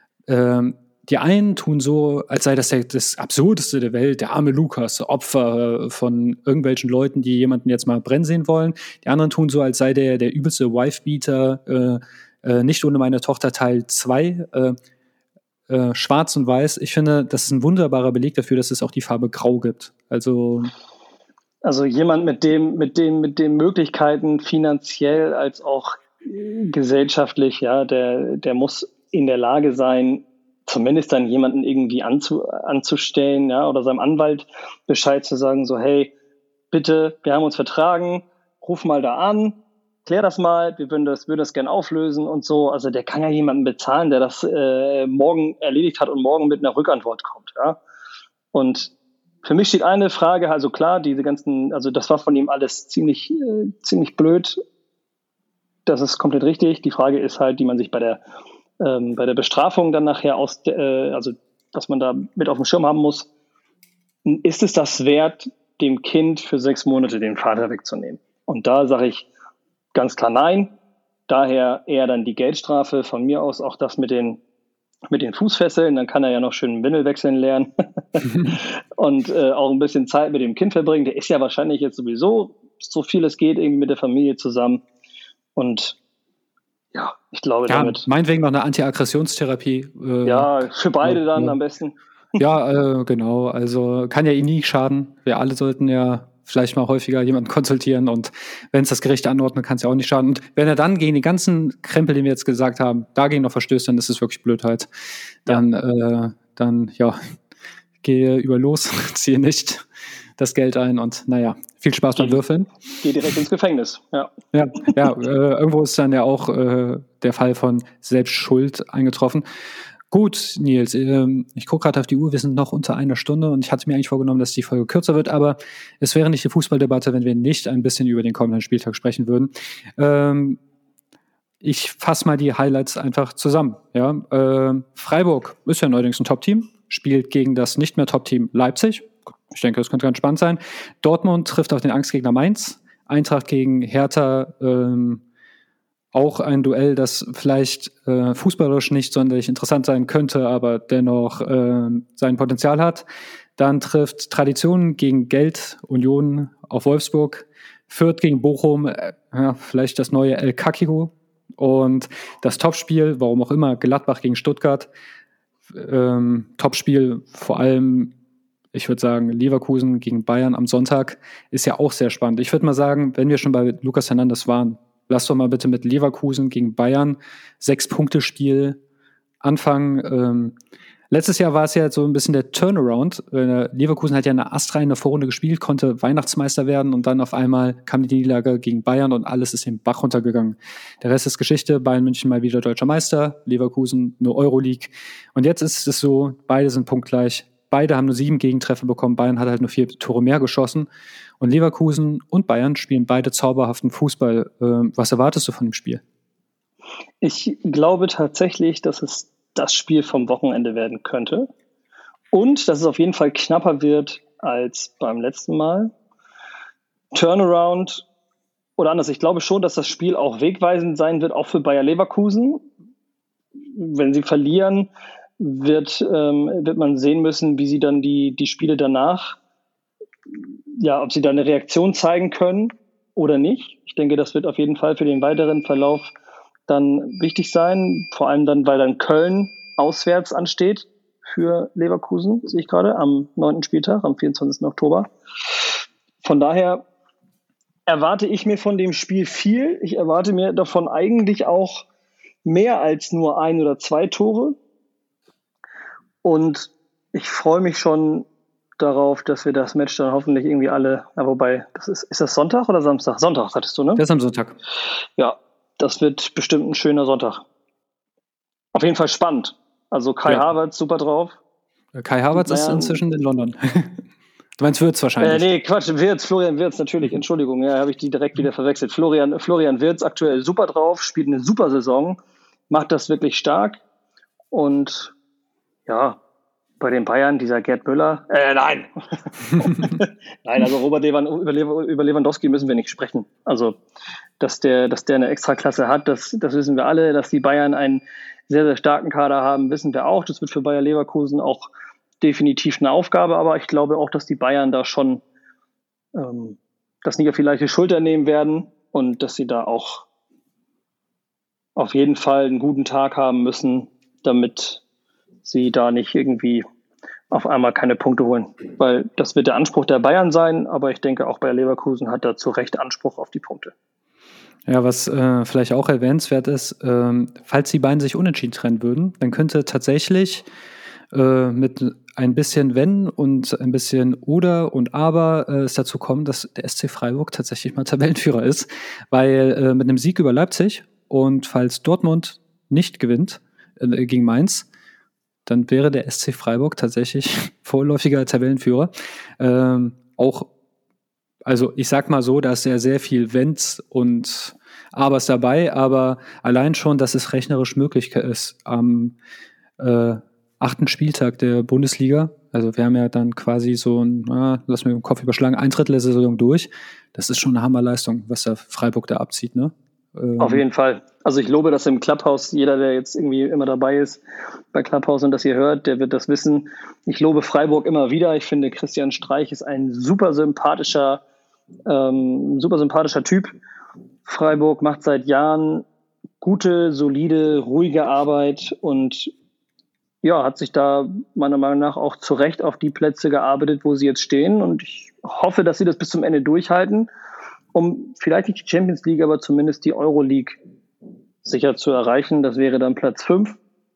die einen tun so, als sei das das Absurdeste der Welt, der arme Lukas, Opfer von irgendwelchen Leuten, die jemanden jetzt mal brennen sehen wollen. Die anderen tun so, als sei der übelste Wife-Beater, nicht ohne meine Tochter Teil 2, schwarz und weiß. Ich finde, das ist ein wunderbarer Beleg dafür, dass es auch die Farbe Grau gibt. Also jemand mit den Möglichkeiten finanziell als auch gesellschaftlich, ja, der muss in der Lage sein, zumindest dann jemanden irgendwie anzustellen, ja, oder seinem Anwalt Bescheid zu sagen, so, hey, bitte, wir haben uns vertragen, ruf mal da an, klär das mal, wir würden das gerne auflösen und so. Also der kann ja jemanden bezahlen, der das morgen erledigt hat und morgen mit einer Rückantwort kommt, ja. Und für mich steht eine Frage, also klar, also das war von ihm alles ziemlich blöd. Das ist komplett richtig. Die Frage ist halt, die man sich bei der Bestrafung dann nachher also dass man da mit auf dem Schirm haben muss, ist es das wert, dem Kind für 6 Monate den Vater wegzunehmen? Und da sage ich ganz klar nein. Daher eher dann die Geldstrafe, von mir aus auch das mit den Fußfesseln, dann kann er ja noch schön Windel wechseln lernen und auch ein bisschen Zeit mit dem Kind verbringen. Der ist ja wahrscheinlich jetzt sowieso, so viel es geht, irgendwie mit der Familie zusammen. Und ja, ich glaube damit. Meinetwegen noch eine Anti-Aggressionstherapie. Ja, für beide dann am besten. Ja, genau. Also kann ja ihm nie schaden. Wir alle sollten ja vielleicht mal häufiger jemanden konsultieren und wenn es das Gericht anordnet, kann es ja auch nicht schaden. Und wenn er dann gegen die ganzen Krempel, die wir jetzt gesagt haben, dagegen noch verstößt, dann ist es wirklich Blödheit. Dann gehe über los, ziehe nicht das Geld ein und naja, viel Spaß beim Würfeln. Geh direkt ins Gefängnis, ja. Irgendwo ist dann ja auch der Fall von Selbstschuld eingetroffen. Gut, Nils, ich gucke gerade auf die Uhr, wir sind noch unter einer Stunde und ich hatte mir eigentlich vorgenommen, dass die Folge kürzer wird, aber es wäre nicht die Fußballdebatte, wenn wir nicht ein bisschen über den kommenden Spieltag sprechen würden. Ich fasse mal die Highlights einfach zusammen. Ja? Freiburg ist ja neuerdings ein Top-Team, spielt gegen das nicht mehr Top-Team Leipzig. Ich denke, das könnte ganz spannend sein. Dortmund trifft auf den Angstgegner Mainz. Eintracht gegen Hertha, auch ein Duell, das vielleicht fußballerisch nicht sonderlich interessant sein könnte, aber dennoch sein Potenzial hat. Dann trifft Tradition gegen Geld, Union auf Wolfsburg. Fürth gegen Bochum, vielleicht das neue El Kakiko. Und das Topspiel, warum auch immer, Gladbach gegen Stuttgart. Topspiel vor allem, ich würde sagen, Leverkusen gegen Bayern am Sonntag ist ja auch sehr spannend. Ich würde mal sagen, wenn wir schon bei Lucas Hernandez waren, lass doch mal bitte mit Leverkusen gegen Bayern 6-Punkte-Spiel anfangen. Letztes Jahr war es ja so ein bisschen der Turnaround. Leverkusen hat ja eine astreine Vorrunde gespielt, konnte Weihnachtsmeister werden und dann auf einmal kam die Niederlage gegen Bayern und alles ist den Bach runtergegangen. Der Rest ist Geschichte. Bayern München mal wieder deutscher Meister, Leverkusen nur Euroleague. Und jetzt ist es so, beide sind punktgleich. Beide haben nur 7 Gegentreffer bekommen. Bayern hat halt nur 4 Tore mehr geschossen. Und Leverkusen und Bayern spielen beide zauberhaften Fußball. Was erwartest du von dem Spiel? Ich glaube tatsächlich, dass es das Spiel vom Wochenende werden könnte. Und dass es auf jeden Fall knapper wird als beim letzten Mal. Turnaround oder anders. Ich glaube schon, dass das Spiel auch wegweisend sein wird, auch für Bayer Leverkusen. Wenn sie verlieren, wird man sehen müssen, wie sie dann die Spiele danach, ja, ob sie da eine Reaktion zeigen können oder nicht. Ich denke, das wird auf jeden Fall für den weiteren Verlauf dann wichtig sein, vor allem dann, weil dann Köln auswärts ansteht für Leverkusen, sehe ich gerade, am 9. Spieltag, am 24. Oktober. Von daher erwarte ich mir von dem Spiel viel. Ich erwarte mir davon eigentlich auch mehr als nur 1 oder 2 Tore. Und ich freue mich schon darauf, dass wir das Match dann hoffentlich irgendwie alle, wobei, ist das Sonntag oder Samstag? Sonntag, hattest du, ne? Das ist am Sonntag. Ja, das wird bestimmt ein schöner Sonntag. Auf jeden Fall spannend. Also Kai Havertz, super drauf. Kai Havertz ist inzwischen in London. Du meinst Wirtz wahrscheinlich. Nee, Quatsch, Florian Wirtz natürlich, Entschuldigung, ja, habe ich die direkt wieder verwechselt. Florian Wirtz aktuell super drauf, spielt eine super Saison, macht das wirklich stark und ja, bei den Bayern, dieser Gerd Müller, nein. Nein, also über Lewandowski müssen wir nicht sprechen. Also, dass der eine Extraklasse hat, das wissen wir alle. Dass die Bayern einen sehr, sehr starken Kader haben, wissen wir auch. Das wird für Bayer Leverkusen auch definitiv eine Aufgabe, aber ich glaube auch, dass die Bayern da schon das nicht auf die leichte Schulter nehmen werden und dass sie da auch auf jeden Fall einen guten Tag haben müssen, damit sie da nicht irgendwie auf einmal keine Punkte holen. Weil das wird der Anspruch der Bayern sein, aber ich denke auch Bayer Leverkusen hat da zu Recht Anspruch auf die Punkte. Ja, was vielleicht auch erwähnenswert ist, falls die beiden sich unentschieden trennen würden, dann könnte tatsächlich mit ein bisschen Wenn und ein bisschen Oder und Aber es dazu kommen, dass der SC Freiburg tatsächlich mal Tabellenführer ist, weil mit einem Sieg über Leipzig und falls Dortmund nicht gewinnt gegen Mainz, dann wäre der SC Freiburg tatsächlich vorläufiger Tabellenführer. Also ich sag mal so, da ist ja sehr viel Wenns und Abers dabei, aber allein schon, dass es rechnerisch möglich ist am 8. Spieltag der Bundesliga, also wir haben ja dann quasi so lass mich im Kopf überschlagen, 1/3 der Saison durch. Das ist schon eine Hammerleistung, was der Freiburg da abzieht, ne? Auf jeden Fall. Also ich lobe das im Clubhouse. Jeder, der jetzt irgendwie immer dabei ist bei Clubhouse und das hier hört, der wird das wissen. Ich lobe Freiburg immer wieder. Ich finde, Christian Streich ist ein super sympathischer Typ. Freiburg macht seit Jahren gute, solide, ruhige Arbeit und ja, hat sich da meiner Meinung nach auch zu Recht auf die Plätze gearbeitet, wo sie jetzt stehen. Und ich hoffe, dass sie das bis zum Ende durchhalten, um vielleicht nicht die Champions League, aber zumindest die Euroleague sicher zu erreichen. Das wäre dann Platz 5.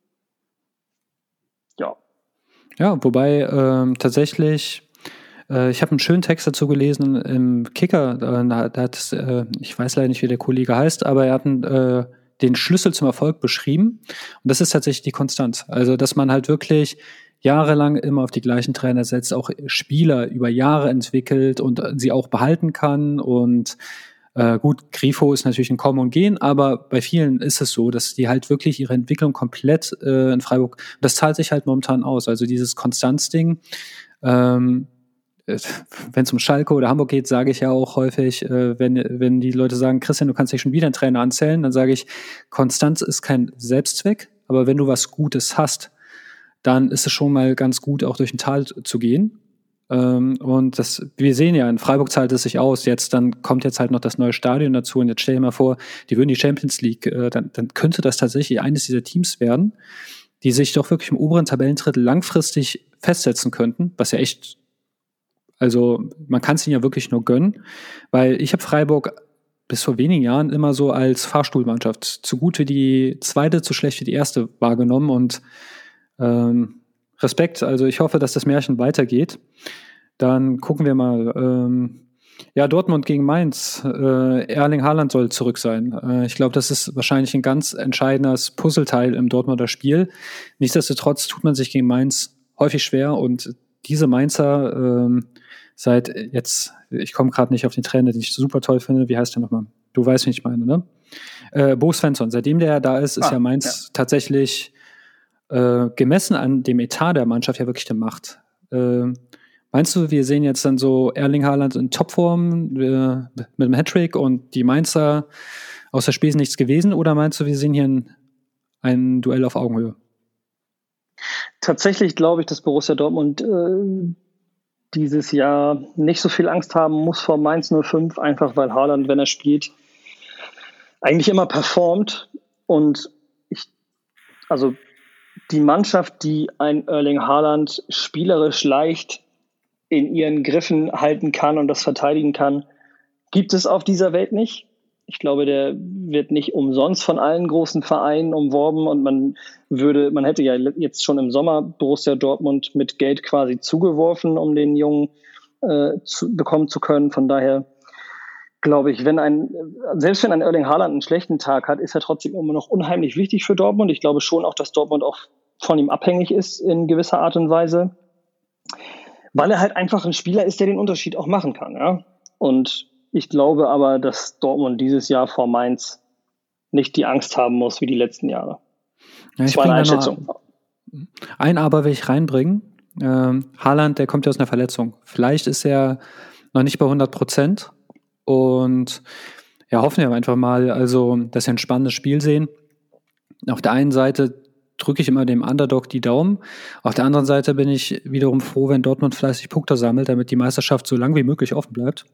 Ja. Ja, wobei tatsächlich, ich habe einen schönen Text dazu gelesen im Kicker. Da hat ich weiß leider nicht, wie der Kollege heißt, aber er hat den Schlüssel zum Erfolg beschrieben. Und das ist tatsächlich die Konstanz. Also, dass man halt wirklich jahrelang immer auf die gleichen Trainer setzt, auch Spieler über Jahre entwickelt und sie auch behalten kann. Und gut, Grifo ist natürlich ein Kommen und Gehen, aber bei vielen ist es so, dass die halt wirklich ihre Entwicklung komplett in Freiburg, das zahlt sich halt momentan aus. Also dieses Konstanzding, wenn es um Schalke oder Hamburg geht, sage ich ja auch häufig, wenn die Leute sagen, Christian, du kannst dich schon wieder einen Trainer anzählen, dann sage ich, Konstanz ist kein Selbstzweck, aber wenn du was Gutes hast, dann ist es schon mal ganz gut, auch durch ein Tal zu gehen. Und wir sehen ja, in Freiburg zahlt es sich aus. Dann kommt jetzt halt noch das neue Stadion dazu. Und jetzt stell dir mal vor, die würden die Champions League, dann könnte das tatsächlich eines dieser Teams werden, die sich doch wirklich im oberen Tabellendrittel langfristig festsetzen könnten, was ja echt, also man kann es ihnen ja wirklich nur gönnen, weil ich habe Freiburg bis vor wenigen Jahren immer so als Fahrstuhlmannschaft zu gut wie die zweite, zu schlecht wie die erste wahrgenommen und Respekt. Also ich hoffe, dass das Märchen weitergeht. Dann gucken wir mal. Dortmund gegen Mainz. Erling Haaland soll zurück sein. Ich glaube, das ist wahrscheinlich ein ganz entscheidendes Puzzleteil im Dortmunder Spiel. Nichtsdestotrotz tut man sich gegen Mainz häufig schwer und diese Mainzer seit jetzt, ich komme gerade nicht auf den Trainer, den ich super toll finde. Wie heißt der nochmal? Du weißt, wie ich meine, ne? Bo Svensson. Seitdem der da ist ja Mainz tatsächlich gemessen an dem Etat der Mannschaft ja wirklich die Macht. Meinst du, wir sehen jetzt dann so Erling Haaland in Topform mit einem Hattrick und die Mainzer aus der Spesen nichts gewesen? Oder meinst du, wir sehen hier ein Duell auf Augenhöhe? Tatsächlich glaube ich, dass Borussia Dortmund dieses Jahr nicht so viel Angst haben muss vor Mainz 05, einfach weil Haaland, wenn er spielt, eigentlich immer performt. Und die Mannschaft, die ein Erling Haaland spielerisch leicht in ihren Griffen halten kann und das verteidigen kann, gibt es auf dieser Welt nicht. Ich glaube, der wird nicht umsonst von allen großen Vereinen umworben und man hätte ja jetzt schon im Sommer Borussia Dortmund mit Geld quasi zugeworfen, um den Jungen bekommen zu können. Von daher glaube ich, selbst wenn ein Erling Haaland einen schlechten Tag hat, ist er trotzdem immer noch unheimlich wichtig für Dortmund. Ich glaube schon auch, dass Dortmund auch von ihm abhängig ist in gewisser Art und Weise, weil er halt einfach ein Spieler ist, der den Unterschied auch machen kann. Ja? Und ich glaube aber, dass Dortmund dieses Jahr vor Mainz nicht die Angst haben muss wie die letzten Jahre. Ja, das war eine Einschätzung. Ein Aber will ich reinbringen. Haaland, der kommt ja aus einer Verletzung. Vielleicht ist er noch nicht bei 100%. Und ja, hoffen wir einfach mal, also, dass wir ein spannendes Spiel sehen. Auf der einen Seite drücke ich immer dem Underdog die Daumen. Auf der anderen Seite bin ich wiederum froh, wenn Dortmund fleißig Punkte sammelt, damit die Meisterschaft so lang wie möglich offen bleibt.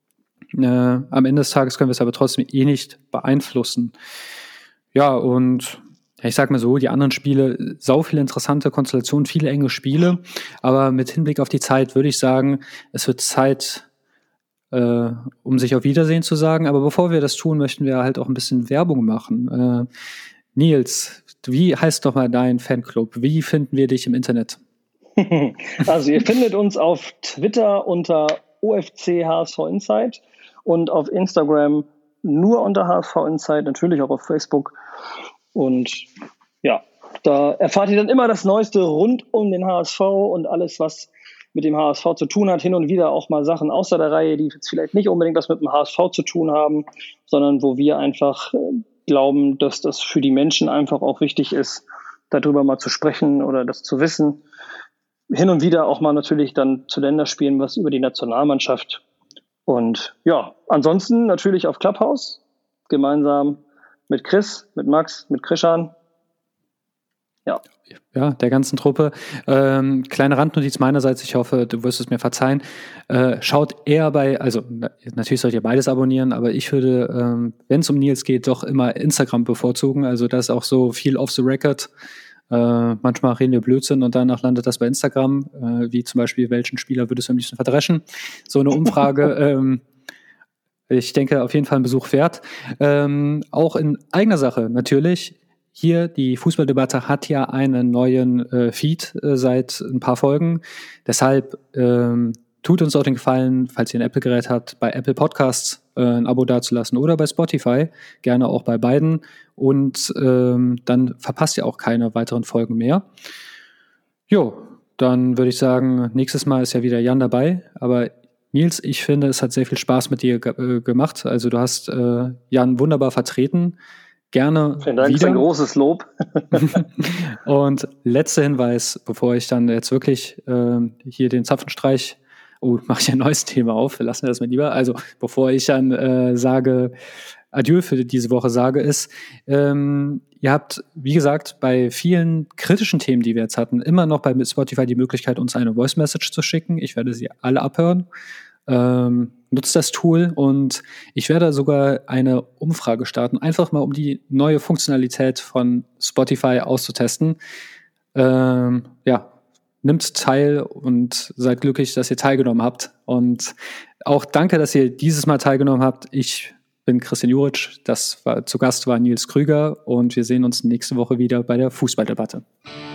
Am Ende des Tages können wir es aber trotzdem nicht beeinflussen. Ja, und ich sag mal so, die anderen Spiele, sau viele interessante Konstellationen, viele enge Spiele, aber mit Hinblick auf die Zeit würde ich sagen, es wird Zeit, um sich auf Wiedersehen zu sagen, aber bevor wir das tun, möchten wir halt auch ein bisschen Werbung machen. Nils, wie heißt doch mal dein Fanclub? Wie finden wir dich im Internet? Also ihr findet uns auf Twitter unter OFC HSV Insight und auf Instagram nur unter HSV Insight, natürlich auch auf Facebook. Und ja, da erfahrt ihr dann immer das Neueste rund um den HSV und alles, was mit dem HSV zu tun hat. Hin und wieder auch mal Sachen außer der Reihe, die jetzt vielleicht nicht unbedingt was mit dem HSV zu tun haben, sondern wo wir einfach glauben, dass das für die Menschen einfach auch wichtig ist, darüber mal zu sprechen oder das zu wissen. Hin und wieder auch mal natürlich dann zu Länderspielen was über die Nationalmannschaft. Und ja, ansonsten natürlich auf Clubhouse, gemeinsam mit Chris, mit Max, mit Krishan. Ja, der ganzen Truppe. Kleine Randnotiz meinerseits, ich hoffe, du wirst es mir verzeihen. Schaut eher natürlich sollt ihr beides abonnieren, aber ich würde, wenn es um Nils geht, doch immer Instagram bevorzugen. Also das ist auch so viel off the record. Manchmal reden wir Blödsinn und danach landet das bei Instagram, wie zum Beispiel, welchen Spieler würdest du am liebsten verdreschen? So eine Umfrage. Ich denke, auf jeden Fall ein Besuch wert. Auch in eigener Sache natürlich. Hier, die Fußballdebatte hat ja einen neuen Feed seit ein paar Folgen. Deshalb tut uns auch den Gefallen, falls ihr ein Apple-Gerät habt, bei Apple Podcasts ein Abo dazulassen oder bei Spotify, gerne auch bei beiden. Und dann verpasst ihr auch keine weiteren Folgen mehr. Jo, dann würde ich sagen, nächstes Mal ist ja wieder Jan dabei. Aber Nils, ich finde, es hat sehr viel Spaß mit dir gemacht. Also du hast Jan wunderbar vertreten. Gerne vielen Dank, wieder. Ein großes Lob. Und letzter Hinweis, bevor ich dann jetzt wirklich hier den Zapfenstreich, mache ich ein neues Thema auf, lassen wir das mal lieber. Also bevor ich dann sage, Adieu für diese Woche sage, ist, ihr habt, wie gesagt, bei vielen kritischen Themen, die wir jetzt hatten, immer noch bei Spotify die Möglichkeit, uns eine Voice Message zu schicken. Ich werde sie alle abhören. Nutzt das Tool und ich werde sogar eine Umfrage starten, einfach mal um die neue Funktionalität von Spotify auszutesten. Nimmt teil und seid glücklich, dass ihr teilgenommen habt. Und auch danke, dass ihr dieses Mal teilgenommen habt. Ich bin Christian Juric, zu Gast war Nils Krüger und wir sehen uns nächste Woche wieder bei der Fußballdebatte.